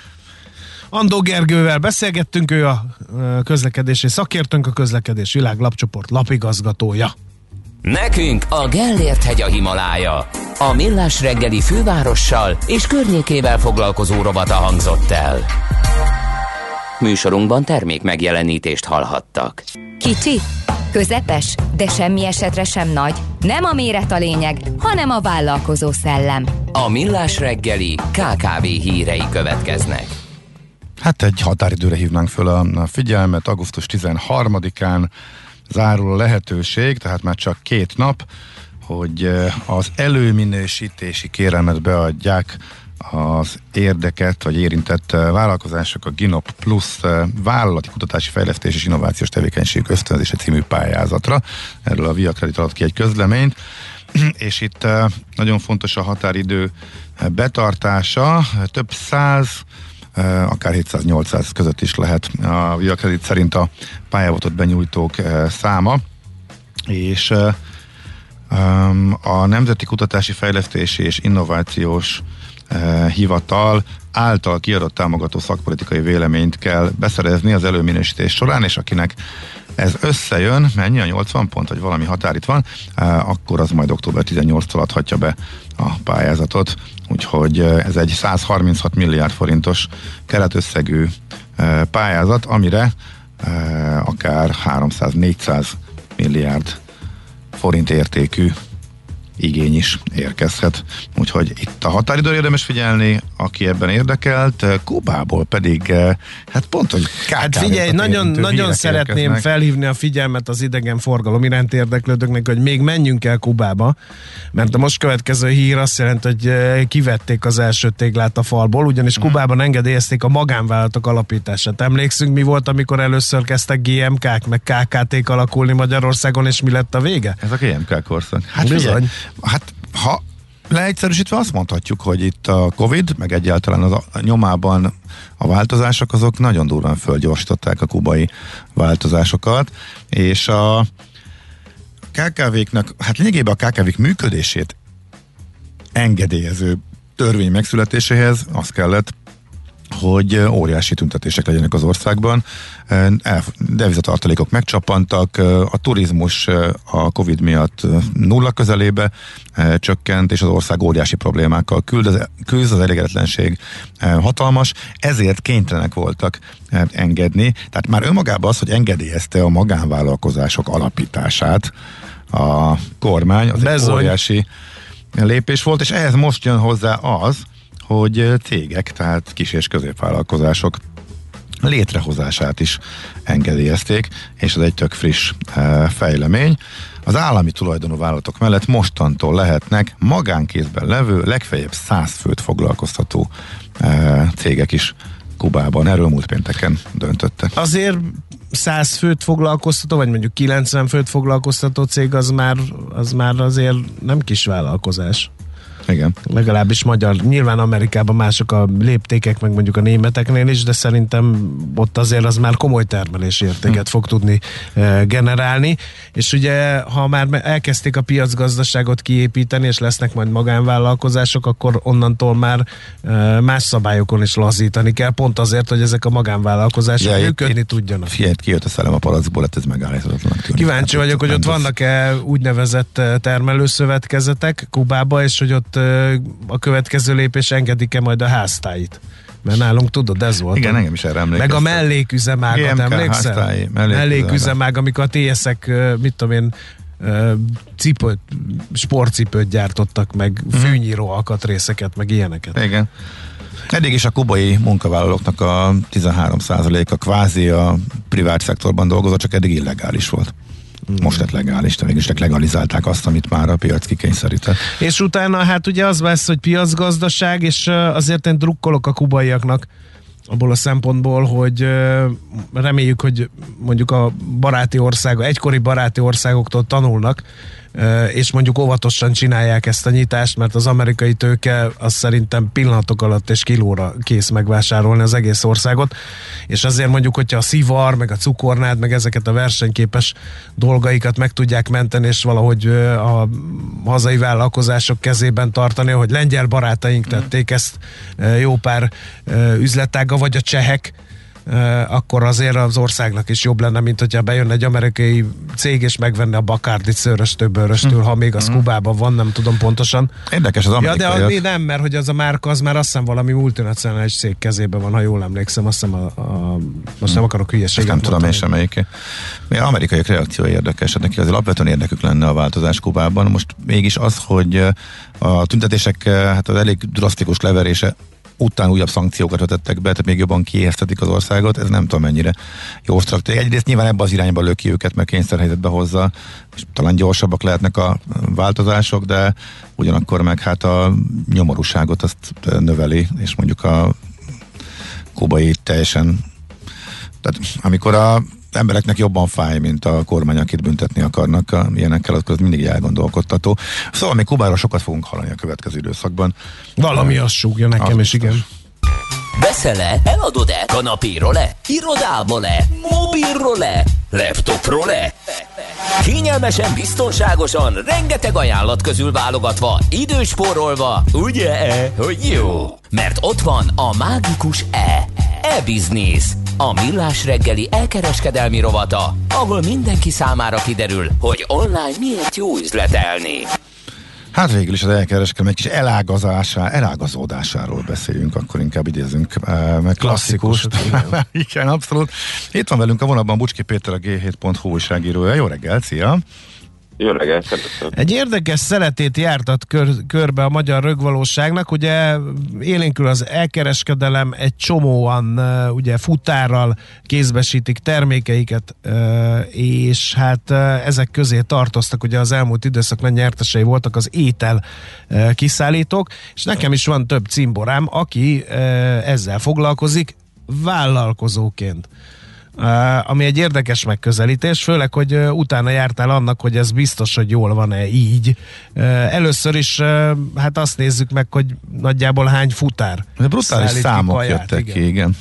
Andó Gergővel beszélgettünk, ő a közlekedési szakértőnk, a Közlekedés Világ lapcsoport lapigazgatója. Nekünk a Gellért hegy a Himalája. A Millás reggeli fővárossal és környékével foglalkozó rovata hangzott el. Műsorunkban termék megjelenítést hallhattak. Kicsi, közepes, de semmi esetre sem nagy. Nem a méret a lényeg, hanem a vállalkozó szellem. A Millás reggeli ká ká vé hírei következnek. Hát egy határidőre hívnánk föl a figyelmet. augusztus tizenharmadikán zárul a lehetőség, tehát már csak két nap, hogy az előminősítési kérelmet beadják az érdeket, vagy érintett vállalkozások a Ginop Plus vállalati kutatási fejlesztés és innovációs tevékenység ösztönzése című pályázatra. Erről a Via Credit adott ki egy közleményt, és itt nagyon fontos a határidő betartása, több száz, akár hétszáz-nyolcszáz között is lehet a Via Credit szerint a pályázatot benyújtók száma, és a Nemzeti Kutatási Fejlesztési és Innovációs Hivatal által kiadott támogató szakpolitikai véleményt kell beszerezni az előminősítés során, és akinek ez összejön, mennyi a nyolcvan pont, vagy valami határ itt van, akkor az majd október tizennyolcadikától adhatja be a pályázatot, úgyhogy ez egy száz harminchat milliárd forintos keretösszegű pályázat, amire akár háromszáz-négyszáz milliárd forint értékű igény is érkezhet. Úgyhogy itt a határidőre érdemes figyelni, aki ebben érdekelt, Kubából pedig, hát pont, hogy hát figyelj, nagyon, nagyon szeretném érkeznek. felhívni a figyelmet az idegenforgalom iránt érdeklődőknek, hogy még menjünk el Kubába, mert a most következő hír azt jelenti, hogy kivették az első téglát a falból, ugyanis hmm. Kubában engedélyezték a magánvállalatok alapítását. Emlékszünk, mi volt, amikor először kezdtek gé em ká-k, meg ká ká té-k alakulni Magyarországon, és mi lett a vége? Ez a gé em ká korszak. Hát bizony. Figyelj, hát ha leegyszerűsítve azt mondhatjuk, hogy itt a Covid, meg egyáltalán az a nyomában a változások, azok nagyon durván fölgyorsították a kubai változásokat, és a ká ká vé-knek, hát lényegében a ká ká vé-k működését engedélyező törvény megszületéséhez az kellett, hogy óriási tüntetések legyenek az országban, devizatartalékok megcsappantak, a turizmus a Covid miatt nulla közelébe csökkent, és az ország óriási problémákkal küzd, az elégedetlenség hatalmas, ezért kénytelenek voltak engedni. Tehát már önmagában az, hogy engedélyezte a magánvállalkozások alapítását a kormány, az egy óriási lépés volt, és ehhez most jön hozzá az, hogy cégek, tehát kis- és középvállalkozások létrehozását is engedélyezték, és ez egy tök friss e, fejlemény. Az állami tulajdonú vállalatok mellett mostantól lehetnek magánkézben levő, legfeljebb száz főt foglalkoztató e, cégek is Kubában. Erről múlt pénteken döntöttek. Azért száz főt foglalkoztató, vagy mondjuk kilencven főt foglalkoztató cég, az már, az már azért nem kis vállalkozás. Igen. Legalábbis magyar, nyilván Amerikában mások a léptékek, meg mondjuk a németeknél is, de szerintem ott azért az már komoly termelési értéket hm. fog tudni e, generálni, és ugye ha már elkezdték a piacgazdaságot kiépíteni, és lesznek majd magánvállalkozások, akkor onnantól már e, más szabályokon is lazítani kell, pont azért, hogy ezek a magánvállalkozások ja, működni itt, tudjanak. Figyelj, kijött a szellem a palackból, hát ez megállíthatatlan. Kíváncsi hát, vagyok, hogy ott vannak-e úgynevezett termelőszövetkezetek Kubába, és hogy ott a következő lépés engedik-e majd a háztáit? Mert nálunk tudod, ez volt. Igen, engem is erre emlékeztem. Meg a melléküzemágat, emlékszel? Háztály, melléküzemág, amikor a té eszek, mit tudom én, cipőt, sportcipőt gyártottak, meg mm. fűnyíró alkatrészeket, meg ilyeneket. Igen. Eddig is a kubai munkavállalóknak a tizenhárom százaléka kvázi a privát szektorban dolgozott, csak eddig illegális volt. Most lett legális, de mégis legalizálták azt, amit már a piac kikényszerített. És utána hát ugye az lesz, hogy piacgazdaság, és azért én drukkolok a kubaiaknak abból a szempontból, hogy reméljük, hogy mondjuk a baráti országok, egykori baráti országoktól tanulnak, és mondjuk óvatosan csinálják ezt a nyitást, mert az amerikai tőke az szerintem pillanatok alatt és kilóra kész megvásárolni az egész országot, és azért mondjuk, hogyha a szivar, meg a cukornád, meg ezeket a versenyképes dolgaikat meg tudják menteni, és valahogy a hazai vállalkozások kezében tartani, hogy lengyel barátaink tették ezt jó pár üzletága, vagy a csehek, akkor azért az országnak is jobb lenne, mint hogyha bejönne egy amerikai cég, és megvenne a Bacardit szőröstől, bőröstől, ha még az Kubában van, nem tudom pontosan. Érdekes az amerikai. Ja, de az, nem, mert hogy az a márka, az már azt hiszem valami multinacionális cég kezében van, ha jól emlékszem, azt hiszem a, a most nem akarok hülyeséget nem tudom én sem melyiké. A amerikaiak reakció érdekes, hát neki azért alapvetően érdekük lenne a változás Kubában. Most mégis az, hogy a tüntetések hát az elég drasztikus leverése után újabb szankciókat vetettek be, tehát még jobban kiéheztetik az országot, ez nem tudom mennyire jó stratégia. Egyrészt nyilván ebbe az irányba löki őket, mert kényszerhelyzetbe hozza, és talán gyorsabbak lehetnek a változások, de ugyanakkor meg hát a nyomorúságot azt növeli, és mondjuk a kubai teljesen, tehát amikor a embereknek jobban fáj, mint a kormány, akit büntetni akarnak a, ilyenekkel, akkor az mindig elgondolkodtató. Szóval még Kubáról sokat fogunk hallani a következő időszakban. Valami azt súgja nekem, és igen. Veszel-e? Eladod-e? Kanapéról-e? Irodából-e? Mobilról-e? Laptopról-e? Kényelmesen, biztonságosan, rengeteg ajánlat közül válogatva, időspórolva, ugye-e, hogy jó? Mert ott van a mágikus E. E-Business. A millás reggeli elkereskedelmi rovata, ahol mindenki számára kiderül, hogy online miért jó üzletelni. Hát végül is az elkereskedelem egy kis elágazásá, elágazódásáról beszéljünk, akkor inkább idézünk uh, meg klasszikust. Klasszikus, igen, abszolút. Itt van velünk a vonalban Bucski Péter, a gé hét pont hu újságírója. Jó reggelt, szia! Jó reggelt. Egy érdekes szeletét jártat kör, körbe a magyar rögvalóságnak, ugye élénkül az elkereskedelem, egy csomóan ugye futárral kézbesítik termékeiket, és hát ezek közé tartoztak, ugye az elmúlt időszak nagy nyertesei voltak az étel kiszállítók, és nekem is van több cimborám, aki ezzel foglalkozik vállalkozóként. Uh, ami egy érdekes megközelítés, főleg, hogy uh, utána jártál annak, hogy ez biztos, hogy jól van-e így. Uh, először is uh, hát azt nézzük meg, hogy nagyjából hány futár. De brutális számok kaját, jöttek igen. ki, igen.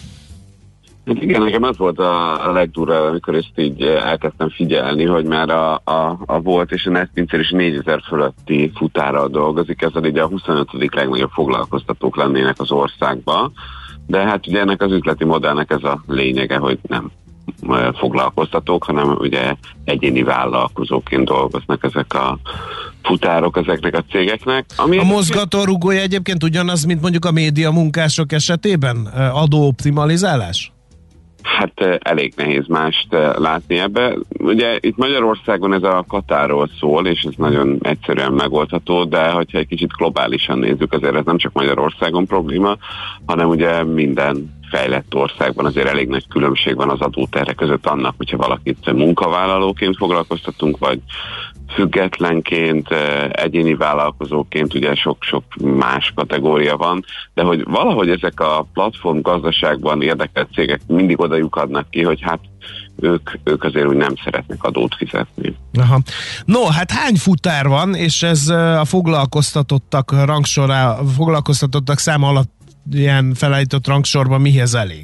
Hát igen, nekem az volt a, a legdurvább, amikor ezt így elkezdtem figyelni, hogy már a, a, a Volt és a Netpincér is négyezer fölötti futárral dolgozik, ezzel így a huszonötödik legnagyobb foglalkoztatók lennének az országban. De hát ugye ennek az üzleti modellnek ez a lényege, hogy nem foglalkoztatók, hanem ugye egyéni vállalkozóként dolgoznak ezek a futárok ezeknek a cégeknek. Ami a mozgatórugója egyébként ugyanaz, mint mondjuk a média munkások esetében? Adóoptimalizálás? Hát elég nehéz mást látni ebbe. Ugye itt Magyarországon ez a Katáról szól, és ez nagyon egyszerűen megoldható, de hogyha egy kicsit globálisan nézzük, azért ez nem csak Magyarországon probléma, hanem ugye minden fejlett országban azért elég nagy különbség van az adóterhe között annak, hogyha valakit munkavállalóként foglalkoztatunk, vagy függetlenként, egyéni vállalkozóként, ugye sok-sok más kategória van, de hogy valahogy ezek a platform gazdaságban érdekelt cégek mindig oda lyukadnak ki, hogy hát ők, ők azért úgy nem szeretnek adót fizetni. Aha. No, hát hány futár van, és ez a foglalkoztatottak rangsorá, foglalkoztatottak száma alatt ilyen felállított rangsorban mihez elég?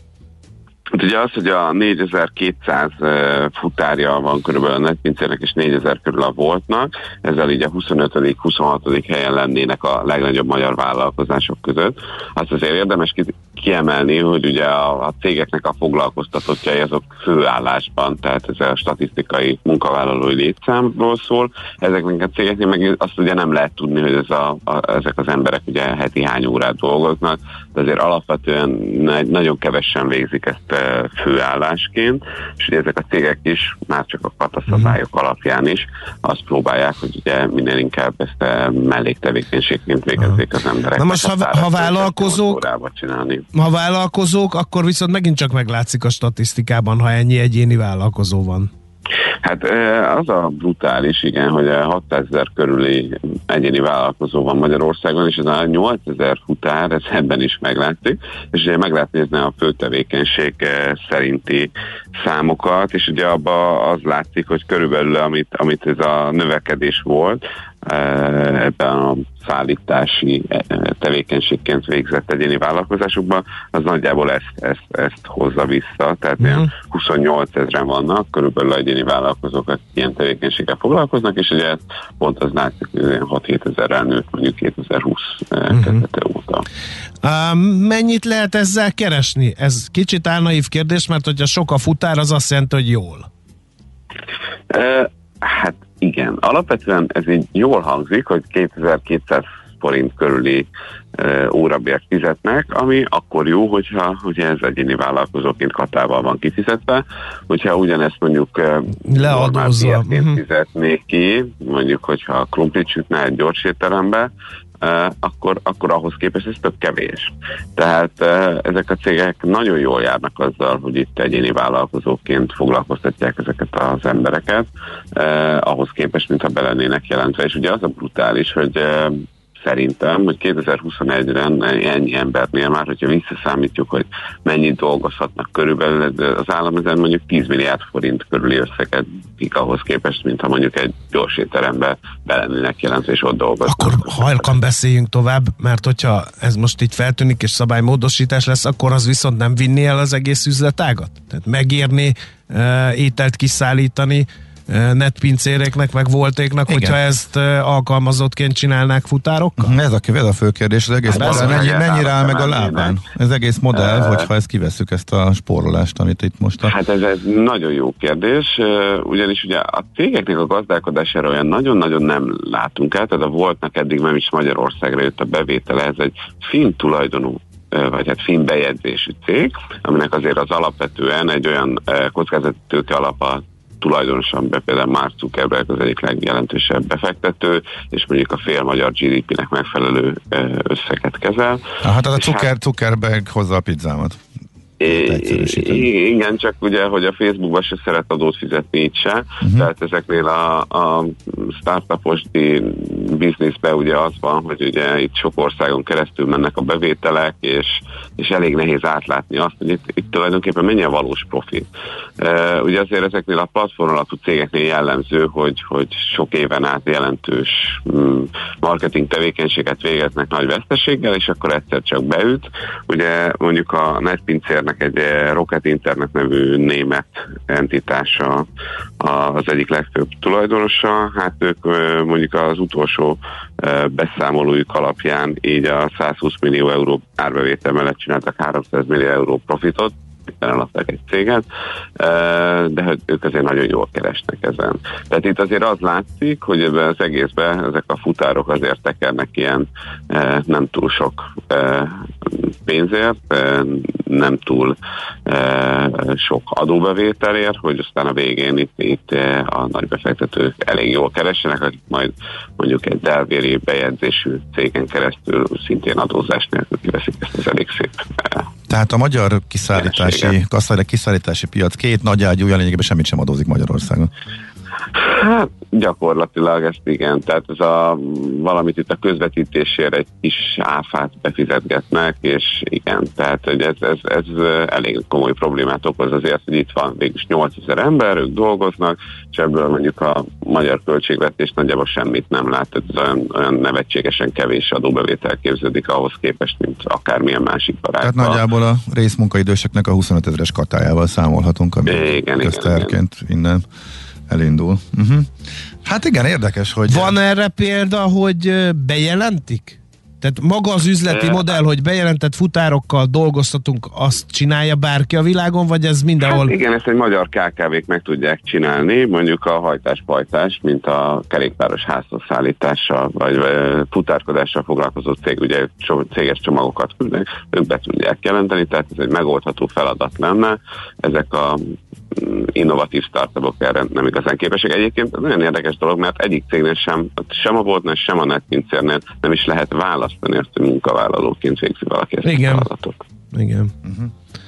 Hát ugye az, hogy a négyezer-kétszáz futárja van körülbelül a Netpincérnek, és négyezer körül a Voltnak, ezzel így a huszonötödik huszonhatodik helyen lennének a legnagyobb magyar vállalkozások között. Azt azért érdemes kiemelni, hogy ugye a, a cégeknek a foglalkoztatottjai azok főállásban, tehát ez a statisztikai munkavállalói létszámról szól. Ezeknek a cégeknél meg azt ugye nem lehet tudni, hogy ez a, a, ezek az emberek ugye heti hány órát dolgoznak, de azért alapvetően nagyon kevesen végzik ezt főállásként, és ugye ezek a cégek is, már csak a kataszabályok uh-huh. alapján is azt próbálják, hogy ugye minél inkább ezt melléktevékenységként végezzék uh-huh. az emberek. Na most, ha, ha vállalkozók, ha vállalkozók, akkor viszont megint csak meglátszik a statisztikában, ha ennyi egyéni vállalkozó van. Hát az a brutális, igen, hogy hatszázezer körüli egyéni vállalkozó van Magyarországon, és ez a nyolcezer futár, ez ebben is meglátszik, és ugye meg lehet nézni a főtevékenység szerinti számokat, és ugye abban az látszik, hogy körülbelül amit, amit ez a növekedés volt, ebben a szállítási tevékenységként végzett egyéni vállalkozásokban, az nagyjából ezt, ezt, ezt hozza vissza, tehát uh-huh. ilyen huszonnyolc ezren vannak, körülbelül egyéni vállalkozók, akik ilyen tevékenységgel foglalkoznak, és ugye pont az látszik, hogy hat-hét ezerrel nőtt mondjuk kétezer-húsz uh-huh. kezdete óta. Uh, mennyit lehet ezzel keresni? Ez kicsit álnaív kérdés, mert hogyha sok a futár, az azt jelenti, hogy jól. Uh, hát igen, alapvetően ez így jól hangzik, hogy kétezer-kétszáz forint körüli e, órabért fizetnek, ami akkor jó, hogyha, hogyha ez egyéni vállalkozóként katával van kifizetve, hogyha ugyanezt mondjuk normál bérként fizetnék ki, mondjuk, hogyha krumplit sütne egy gyors étterembe, Uh, akkor, akkor ahhoz képest ez tök kevés. Tehát uh, ezek a cégek nagyon jól járnak azzal, hogy itt egyéni vállalkozóként foglalkoztatják ezeket az embereket, uh, ahhoz képest, mintha be lennének jelentve. És ugye az a brutális, hogy uh, szerintem, hogy kétezer-huszonegyre ennyi embernél már, hogyha visszaszámítjuk, hogy mennyit dolgozhatnak körülbelül, az állam ezen mondjuk tíz milliárd forint körüli összeget ahhoz képest, mintha mondjuk egy gyors étterembe belennének jelentve, és ott dolgoznak. Akkor halkan beszéljünk tovább, mert hogyha ez most így feltűnik, és szabálymódosítás lesz, akkor az viszont nem vinni el az egész üzletágat? Tehát megérni uh, ételt kiszállítani netpincéreknek, meg voltéknak, igen. hogyha ezt alkalmazottként csinálnák futárokkal? Ez a, ez a fő kérdés, az egész hát modell, mennyi, mennyire áll meg a lábán? Ez egész modell, uh, hogyha ezt kivesszük, ezt a spórolást, amit itt most a... Hát ez, ez nagyon jó kérdés, ugyanis ugye a cégeknek a gazdálkodására olyan nagyon-nagyon nem látunk el, tehát a Voltnak eddig nem is Magyarországra jött a bevétele, ez egy finn tulajdonú vagy hát finn bejegyzésű cég, aminek azért az alapvetően egy olyan kockázati tőke alapa tulajdonosan be, például Mark Zuckerberg az egyik legjelentősebb befektető, és mondjuk a fél magyar gé dé pé-nek megfelelő összeget kezel. Ah, hát az a Zucker, hát, Zuckerberg hozza a pizzámat. É, igen, csak ugye, hogy a Facebookban se szeret adót fizetni itt se, uh-huh. tehát ezeknél a, a startupos bizniszben ugye az van, hogy ugye itt sok országon keresztül mennek a bevételek, és, és elég nehéz átlátni azt, hogy itt, itt tulajdonképpen mennyi a valós profit. Uh, ugye azért ezeknél a platform alapú cégeknél jellemző, hogy, hogy sok éven át jelentős um, marketing tevékenységet végeznek nagy veszteséggel, és akkor egyszer csak beüt. Ugye mondjuk a netpincér egy Rocket Internet nevű német entitása az egyik legfőbb tulajdonosa. Hát ők mondjuk az utolsó beszámolójuk alapján így a százhúsz millió euró árbevétel mellett csináltak háromszáz millió euró profitot, eladtak egy céget, de hogy ők azért nagyon jól keresnek ezen. Tehát itt azért az látszik, hogy ebben az egészben ezek a futárok azért tekernek ilyen nem túl sok pénzért, nem túl sok adóbevételért, hogy aztán a végén itt, itt a nagy befektetők elég jól keressenek, akik majd mondjuk egy delvéri bejegyzésű cégen keresztül szintén adózás nélkül kiveszik ezt az elég szép. Tehát a magyar kiszállítási, kiszállítási piac két nagy ágyúja lényegében semmit sem adózik Magyarországon. Hát gyakorlatilag ezt igen, tehát ez a valamit itt a közvetítésére egy kis áfát befizetgetnek, és igen, tehát hogy ez, ez, ez elég komoly problémát okoz azért, hogy itt van végülis nyolcezer ember, ők dolgoznak, és ebből mondjuk a magyar költségvetés nagyjából semmit nem lát, tehát ez olyan, olyan nevetségesen kevés adóbevétel képződik ahhoz képest, mint akármilyen másik barátban. Tehát nagyjából a részmunkaidőseknek a huszonöt ezeres katájával számolhatunk, ami igen, közterként igen, innen elindul. Uh-huh. Hát igen, érdekes, hogy... Van erre példa, hogy bejelentik? Tehát maga az üzleti modell, hogy bejelentett futárokkal dolgoztatunk, azt csinálja bárki a világon, vagy ez mindenhol? Hát igen, ezt egy magyar ká ká vék meg tudják csinálni, mondjuk a hajtás-pajtás, mint a kerékpáros házhoz szállítással, vagy futárkodással foglalkozó cég, ugye céges csomagokat küldnek, ők be tudják jelenteni, tehát ez egy megoldható feladat lenne. Ezek a innovatív startupok erre nem igazán képesek. Egyébként nagyon érdekes dolog, mert egyik cégnél sem, sem a Boltnál, sem a netpincérnél nem is lehet választani azt, hogy munkavállalóként végzi valaki ezt igen. a feladatot. Igen. Uh-huh.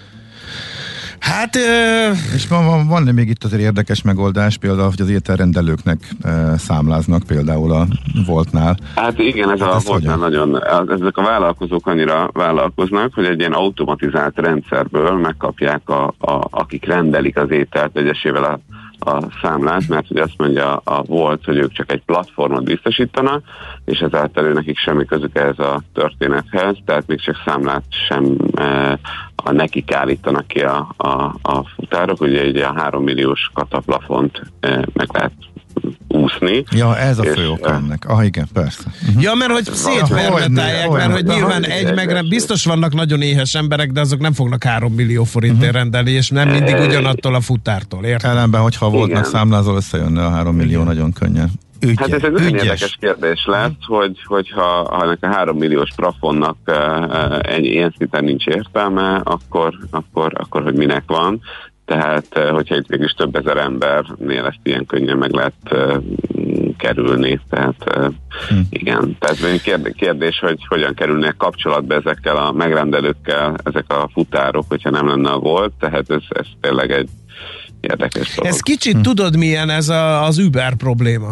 Hát... Ö... És van, van, van még itt azért érdekes megoldás, például, hogy az ételrendelőknek e, számláznak, például a Voltnál. Hát igen, ez hát a Voltnál nagyon, ezek a vállalkozók annyira vállalkoznak, hogy egy ilyen automatizált rendszerből megkapják, a, a, akik rendelik az ételt egyesével a a számlát, mert ugye azt mondja a Volt, hogy ők csak egy platformot biztosítanak, és ezáltal ő nekik semmi közük ehhez a történethez, tehát még csak számlát sem e, a nekik állítanak ki a, a, a futárok, ugye ugye a három milliós kataplafont e, meg lehet úszni. Ja, ez a fő ok ennek. Ah, igen, persze. Uh-huh. Ja, mert hogy szétpermetálják, mert hogy nyilván egy megre biztos vannak nagyon éhes emberek, de azok nem fognak három millió forintért uh-huh. rendelni, és nem mindig ugyanattól a futártól, érted? Ellenben, hogyha voltnak számlázol, összejönne a három millió nagyon könnyen. Ügyes, hát ez egy nagyon érdekes kérdés lesz, hogy, hogyha ha ennek a három milliós plafonnak uh, egy ilyen szinten nincs értelme, akkor, akkor, akkor hogy minek van. Tehát, hogyha itt végülis több ezer embernél ezt ilyen könnyen meg lehet uh, kerülni. Tehát uh, hm. igen, tehát kérdés, hogy hogyan kerülnek kapcsolatba ezekkel a megrendelőkkel, ezek a futárok, hogyha nem lenne a Volt, tehát ez, ez tényleg egy érdekes dolog. Ez kicsit hm. tudod milyen ez a, az Uber probléma?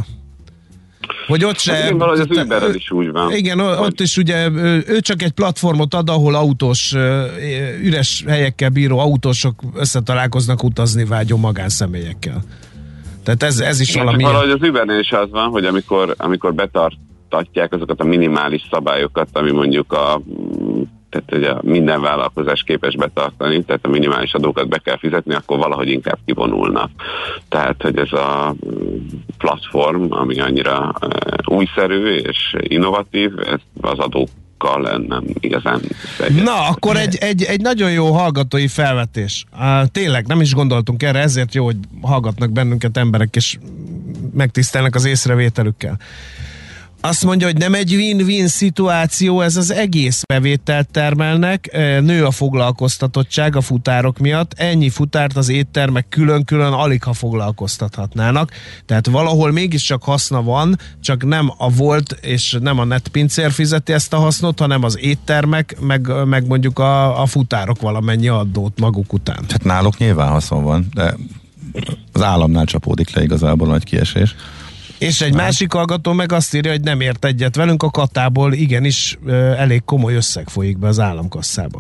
Hogy ott se... Hát valahogy az Uberrel is úgy van. Igen, hogy... ott is ugye ő csak egy platformot ad, ahol autós, üres helyekkel bíró autósok összetalálkoznak utazni vágyó magánszemélyekkel. Tehát ez, ez is igen, valami... Valahogy az Ubernél is az van, hogy amikor, amikor betartatják azokat a minimális szabályokat, ami mondjuk a tehát ugye minden vállalkozás képes betartani, tehát a minimális adókat be kell fizetni, akkor valahogy inkább kivonulnak. Tehát, hogy ez a platform, ami annyira újszerű és innovatív, ez az adókkal nem igazán szegyen. Na, akkor egy, egy, egy nagyon jó hallgatói felvetés. Uh, tényleg, nem is gondoltunk erre, ezért jó, hogy hallgatnak bennünket emberek, és megtisztelnek az észrevételükkel. Azt mondja, hogy nem egy win-win szituáció, ez az egész bevételt termelnek, nő a foglalkoztatottság a futárok miatt, ennyi futárt az éttermek külön-külön alig ha foglalkoztathatnának, tehát valahol mégiscsak haszna van, csak nem a Volt és nem a netpincér fizeti ezt a hasznot, hanem az éttermek, meg, meg mondjuk a, a futárok valamennyi adót maguk után. Hát náluk nyilván haszon van, de az államnál csapódik le igazából nagy kiesés. És egy másik hallgató meg azt írja, hogy nem ért egyet velünk, a Katából igenis elég komoly összeg folyik be az államkasszába.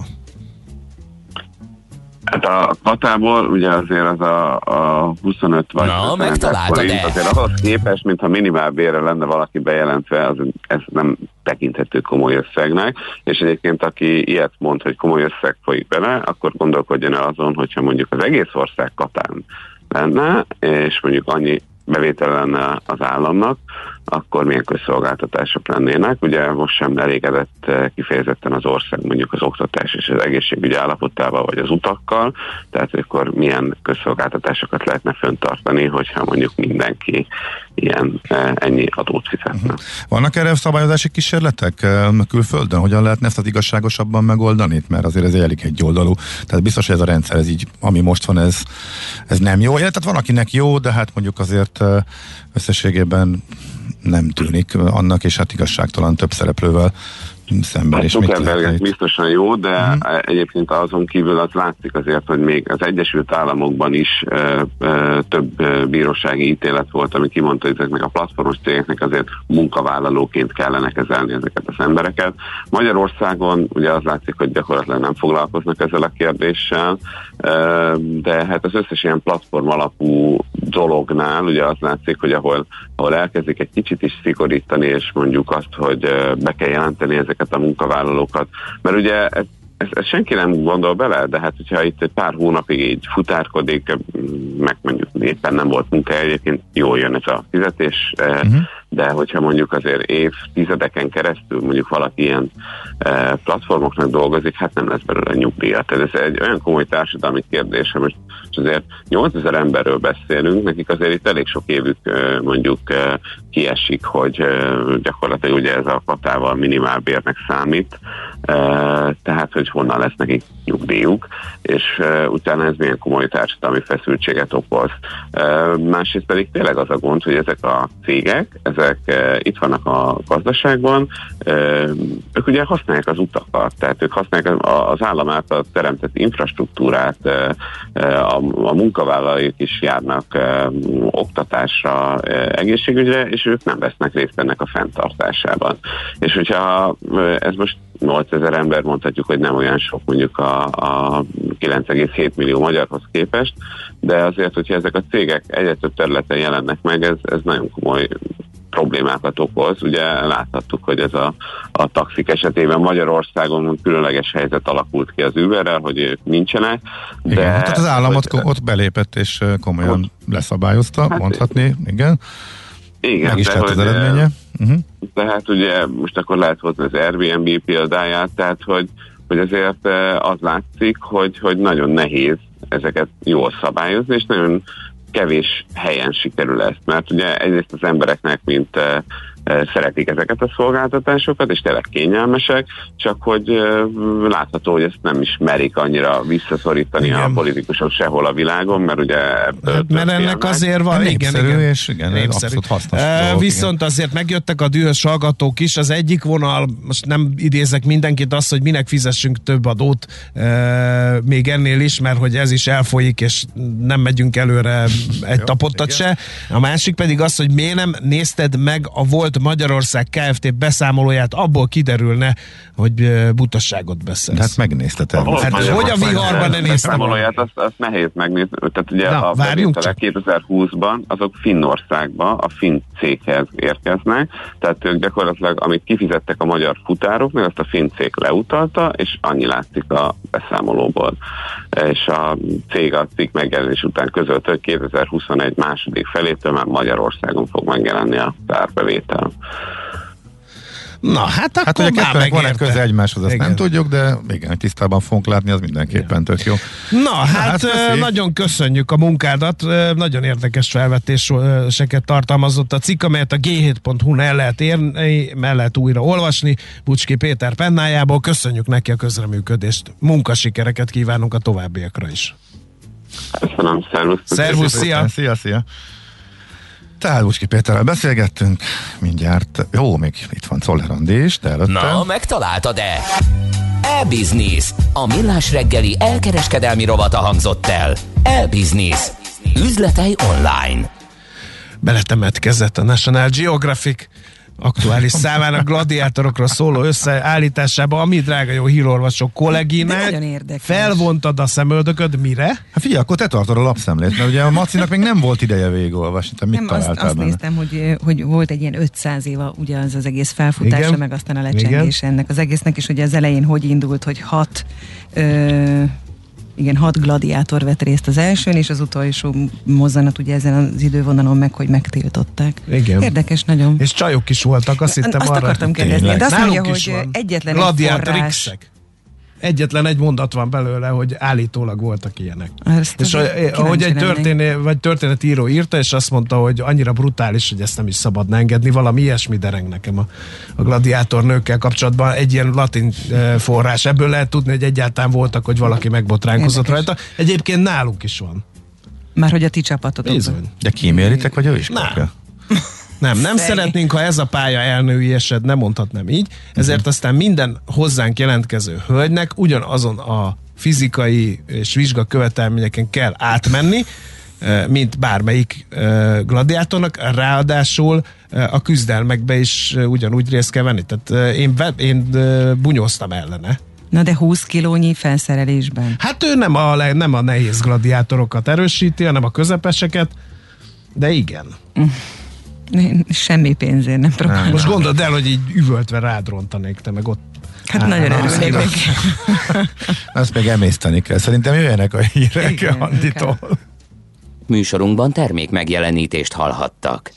Hát a Katából ugye azért az a, a huszonöt vagy Na, megtaláltad forint, azért ahhoz képest, mintha minimálbérre lenne valaki bejelentve, az, ez nem tekinthető komoly összegnek, és egyébként aki ilyet mond, hogy komoly összeg folyik bele, akkor gondolkodjon el azon, hogyha mondjuk az egész ország Katán lenne, és mondjuk annyi bevétel lenne az államnak, akkor milyen közszolgáltatások lennének. Ugye most sem elégedett kifejezetten az ország mondjuk az oktatás és az egészségügy állapotával, vagy az utakkal, tehát akkor milyen közszolgáltatásokat lehetne fenntartani, hogyha mondjuk mindenki ilyen ennyi adót fizetne. Uh-huh. Vannak erre szabályozási kísérletek külföldön? Hogyan lehetne ezt az igazságosabban megoldani? Mert azért ez egy elég egyoldalú. Tehát biztos, hogy ez a rendszer, ez így, ami most van, ez, ez nem jó. Tehát van, akinek jó, de hát mondjuk azért összességében nem tűnik annak, és hát igazságtalan több szereplővel szemben. Hát Zuckerberg biztosan jó, de uh-huh. egyébként azon kívül az látszik azért, hogy még az Egyesült Államokban is ö, ö, több ö, bírósági ítélet volt, ami kimondta, hogy ezeknek a platformos cégeknek azért munkavállalóként kellene kezelni ezeket az embereket. Magyarországon ugye az látszik, hogy gyakorlatilag nem foglalkoznak ezzel a kérdéssel, ö, de hát az összes ilyen platform alapú dolognál ugye az látszik, hogy ahol, ahol elkezdik egy kicsit is szigorítani, és mondjuk azt, hogy be kell jelenteni ezeket a munkavállalókat, mert ugye ez, ez, ez senki nem gondol bele, de hát hogyha itt egy pár hónapig így futárkodik, meg mondjuk éppen nem volt munka, egyébként jól jön ez a fizetés, uh-huh. de hogyha mondjuk azért évtizedeken keresztül mondjuk valaki ilyen platformoknak dolgozik, hát nem lesz belőle nyugdíja. Tehát ez egy olyan komoly társadalmi kérdés, most azért nyolcezer emberről beszélünk, nekik azért itt elég sok évük mondjuk kiesik, hogy gyakorlatilag ugye ez a Katával minimálbérnek számít, tehát hogy honnan lesz nekik nyugdíjuk, és utána ez milyen komoly társadalmi feszültséget okoz. Másrészt pedig tényleg az a gond, hogy ezek a cégek, ezek itt vannak a gazdaságban, ők ugye használják az utakat, tehát ők használják az állam által teremtett infrastruktúrát, a, a munkavállalók is járnak oktatásra, egészségügyre, és ők nem vesznek részt ennek a fenntartásában. És hogyha ez most nyolcezer ember, mondhatjuk, hogy nem olyan sok mondjuk a, a kilenc egész hét millió magyarhoz képest, de azért, hogyha ezek a cégek egyre több területen jelennek meg, ez, ez nagyon komoly problémákat okoz. Ugye láthattuk, hogy ez a, a taxik esetében Magyarországon különleges helyzet alakult ki az Uberrel, hogy ők nincsenek. De igen, tehát az államot hogy, ott belépett és komolyan ott leszabályozta, hát mondhatni, igen. Igen, meg is lett az eredménye. Uh-huh. Tehát ugye most akkor lehet hozni az Airbnb példáját, tehát hogy, hogy azért az látszik, hogy, hogy nagyon nehéz ezeket jól szabályozni, és nagyon kevés helyen sikerül ezt, mert ugye egyrészt az embereknek, mint e, e, szeretik ezeket a szolgáltatásokat, és tényleg kényelmesek, csak hogy e, látható, hogy ezt nem is merik annyira visszaszorítani igen. a politikusok sehol a világon, mert ugye hát, mert ennek azért van, népszerű, igen, igen. és igen, népszerű. Abszolút hasznos e, dolog, viszont igen. azért megjöttek a dühös hallgatók is, az egyik vonal, most nem idézek mindenkit azt, hogy minek fizessünk több adót, e, még ennél is, mert hogy ez is elfolyik, és nem megyünk előre egy tapottat se. A másik pedig az, hogy miért nem nézted meg a Volt Magyarország Kft. Beszámolóját, abból kiderülne, hogy butasságot beszélsz. Hát megnézted el. Hát hogy a viharban ne néztem? Beszámolóját azt, azt nehéz megnézni. Tehát ugye na, a bevételek kétezer-húszban azok Finnországba, a finn céghez érkeznek, tehát ők gyakorlatilag, amit kifizettek a magyar futároknak, azt a finn cég leutalta, és annyi látszik a beszámolóból. És a cég a cikk megjelenés után közölt, hogy kétezer-huszonegy második felétől már Magyarországon fog megjelenni a tárbevétel. Na, hát Hát, akkor hogy a már kettőnek van egy megérte. köze egymáshoz, azt Igen. nem tudjuk, de igen, hogy tisztában fogunk látni, az mindenképpen tök jó. Na, hát, hát ö, köszi. nagyon köszönjük a munkádat, ö, nagyon érdekes felvetéseket tartalmazott a cikk, amelyet a gé hét pont hu-n el lehet érni, el lehet újra olvasni, Bucski Péter pennájából. Köszönjük neki a közreműködést, munkasikereket kívánunk a továbbiakra is. Köszönöm, szervusz. Szervusz, szia! Szia, szia! Tehát Bucski Péterrel beszélgettünk, mindjárt, jó, még itt van Czoller Andi is, de előtte... Na, megtaláltad-e? E-Business. A millás reggeli elkereskedelmi rovata hangzott el. E-Business. Üzletei online. Beletemetkezett a National Geographic aktuális számának gladiátorokról szóló összeállításába, ami drága jó hírolvasó kolléginek. Felvontad a szemöldököd, mire? Hát figyelj, akkor te tartod a lapszemlét, mert ugye a Macinak még nem volt ideje végigolvasni. Te mit Nem, azt, találtál azt benne? néztem, hogy, hogy volt egy ilyen ötszáz éva ugye az az egész felfutása, Igen. meg aztán a lecsengése ennek az egésznek, és ugye az elején hogy indult, hogy hat ö, igen, hat gladiátor vett részt az elsőn, és az utolsó mozzanat ugye ezen az idővonalon meg, hogy megtiltották. Igen. Érdekes nagyon. És csajok is voltak, azt hittem Azt arra. akartam kérdezni, de azt Nálunk mondja, is hogy van. egyetlen egy Gladiátor forrás. X-ek. Egyetlen egy mondat van belőle, hogy állítólag voltak ilyenek. Ezt És azért ahogy kíváncsi ahogy egy lennék. történé, vagy történetíró írta, és azt mondta, hogy annyira brutális, hogy ezt nem is szabadna engedni, valami ilyesmi dereng nekem a, a gladiátor nőkkel kapcsolatban. Egy ilyen latin e, forrás. Ebből lehet tudni, hogy egyáltalán voltak, hogy valaki megbotránkozott Érdekes. rajta. Egyébként nálunk is van. Már hogy a ti csapatotok. Bizony. De kíméritek, vagy ő is Na. kapja? Nem, nem Szegény. szeretnénk, ha ez a pálya elnőiesed, nem mondhatnám így, ezért aztán minden hozzánk jelentkező hölgynek ugyanazon a fizikai és vizsga követelményeken kell átmenni, eh, mint bármelyik eh, gladiátornak, ráadásul eh, a küzdelmekbe is eh, ugyanúgy részt kell venni. Tehát eh, én, ve- én eh, bunyóztam ellene. Na de húsz kilónyi felszerelésben. Hát ő nem a, le- nem a nehéz gladiátorokat erősíti, hanem a közepeseket, de igen. Én semmi pénzért nem próbálom. Most gondold el, hogy így üvöltve rád rontanék, te meg ott. Hát Á, nagyon na, örülnék az neki. Azt még emészteni kell. Szerintem jöjjenek a hírek Igen, Anditól. Műsorunkban termék megjelenítést hallhattak.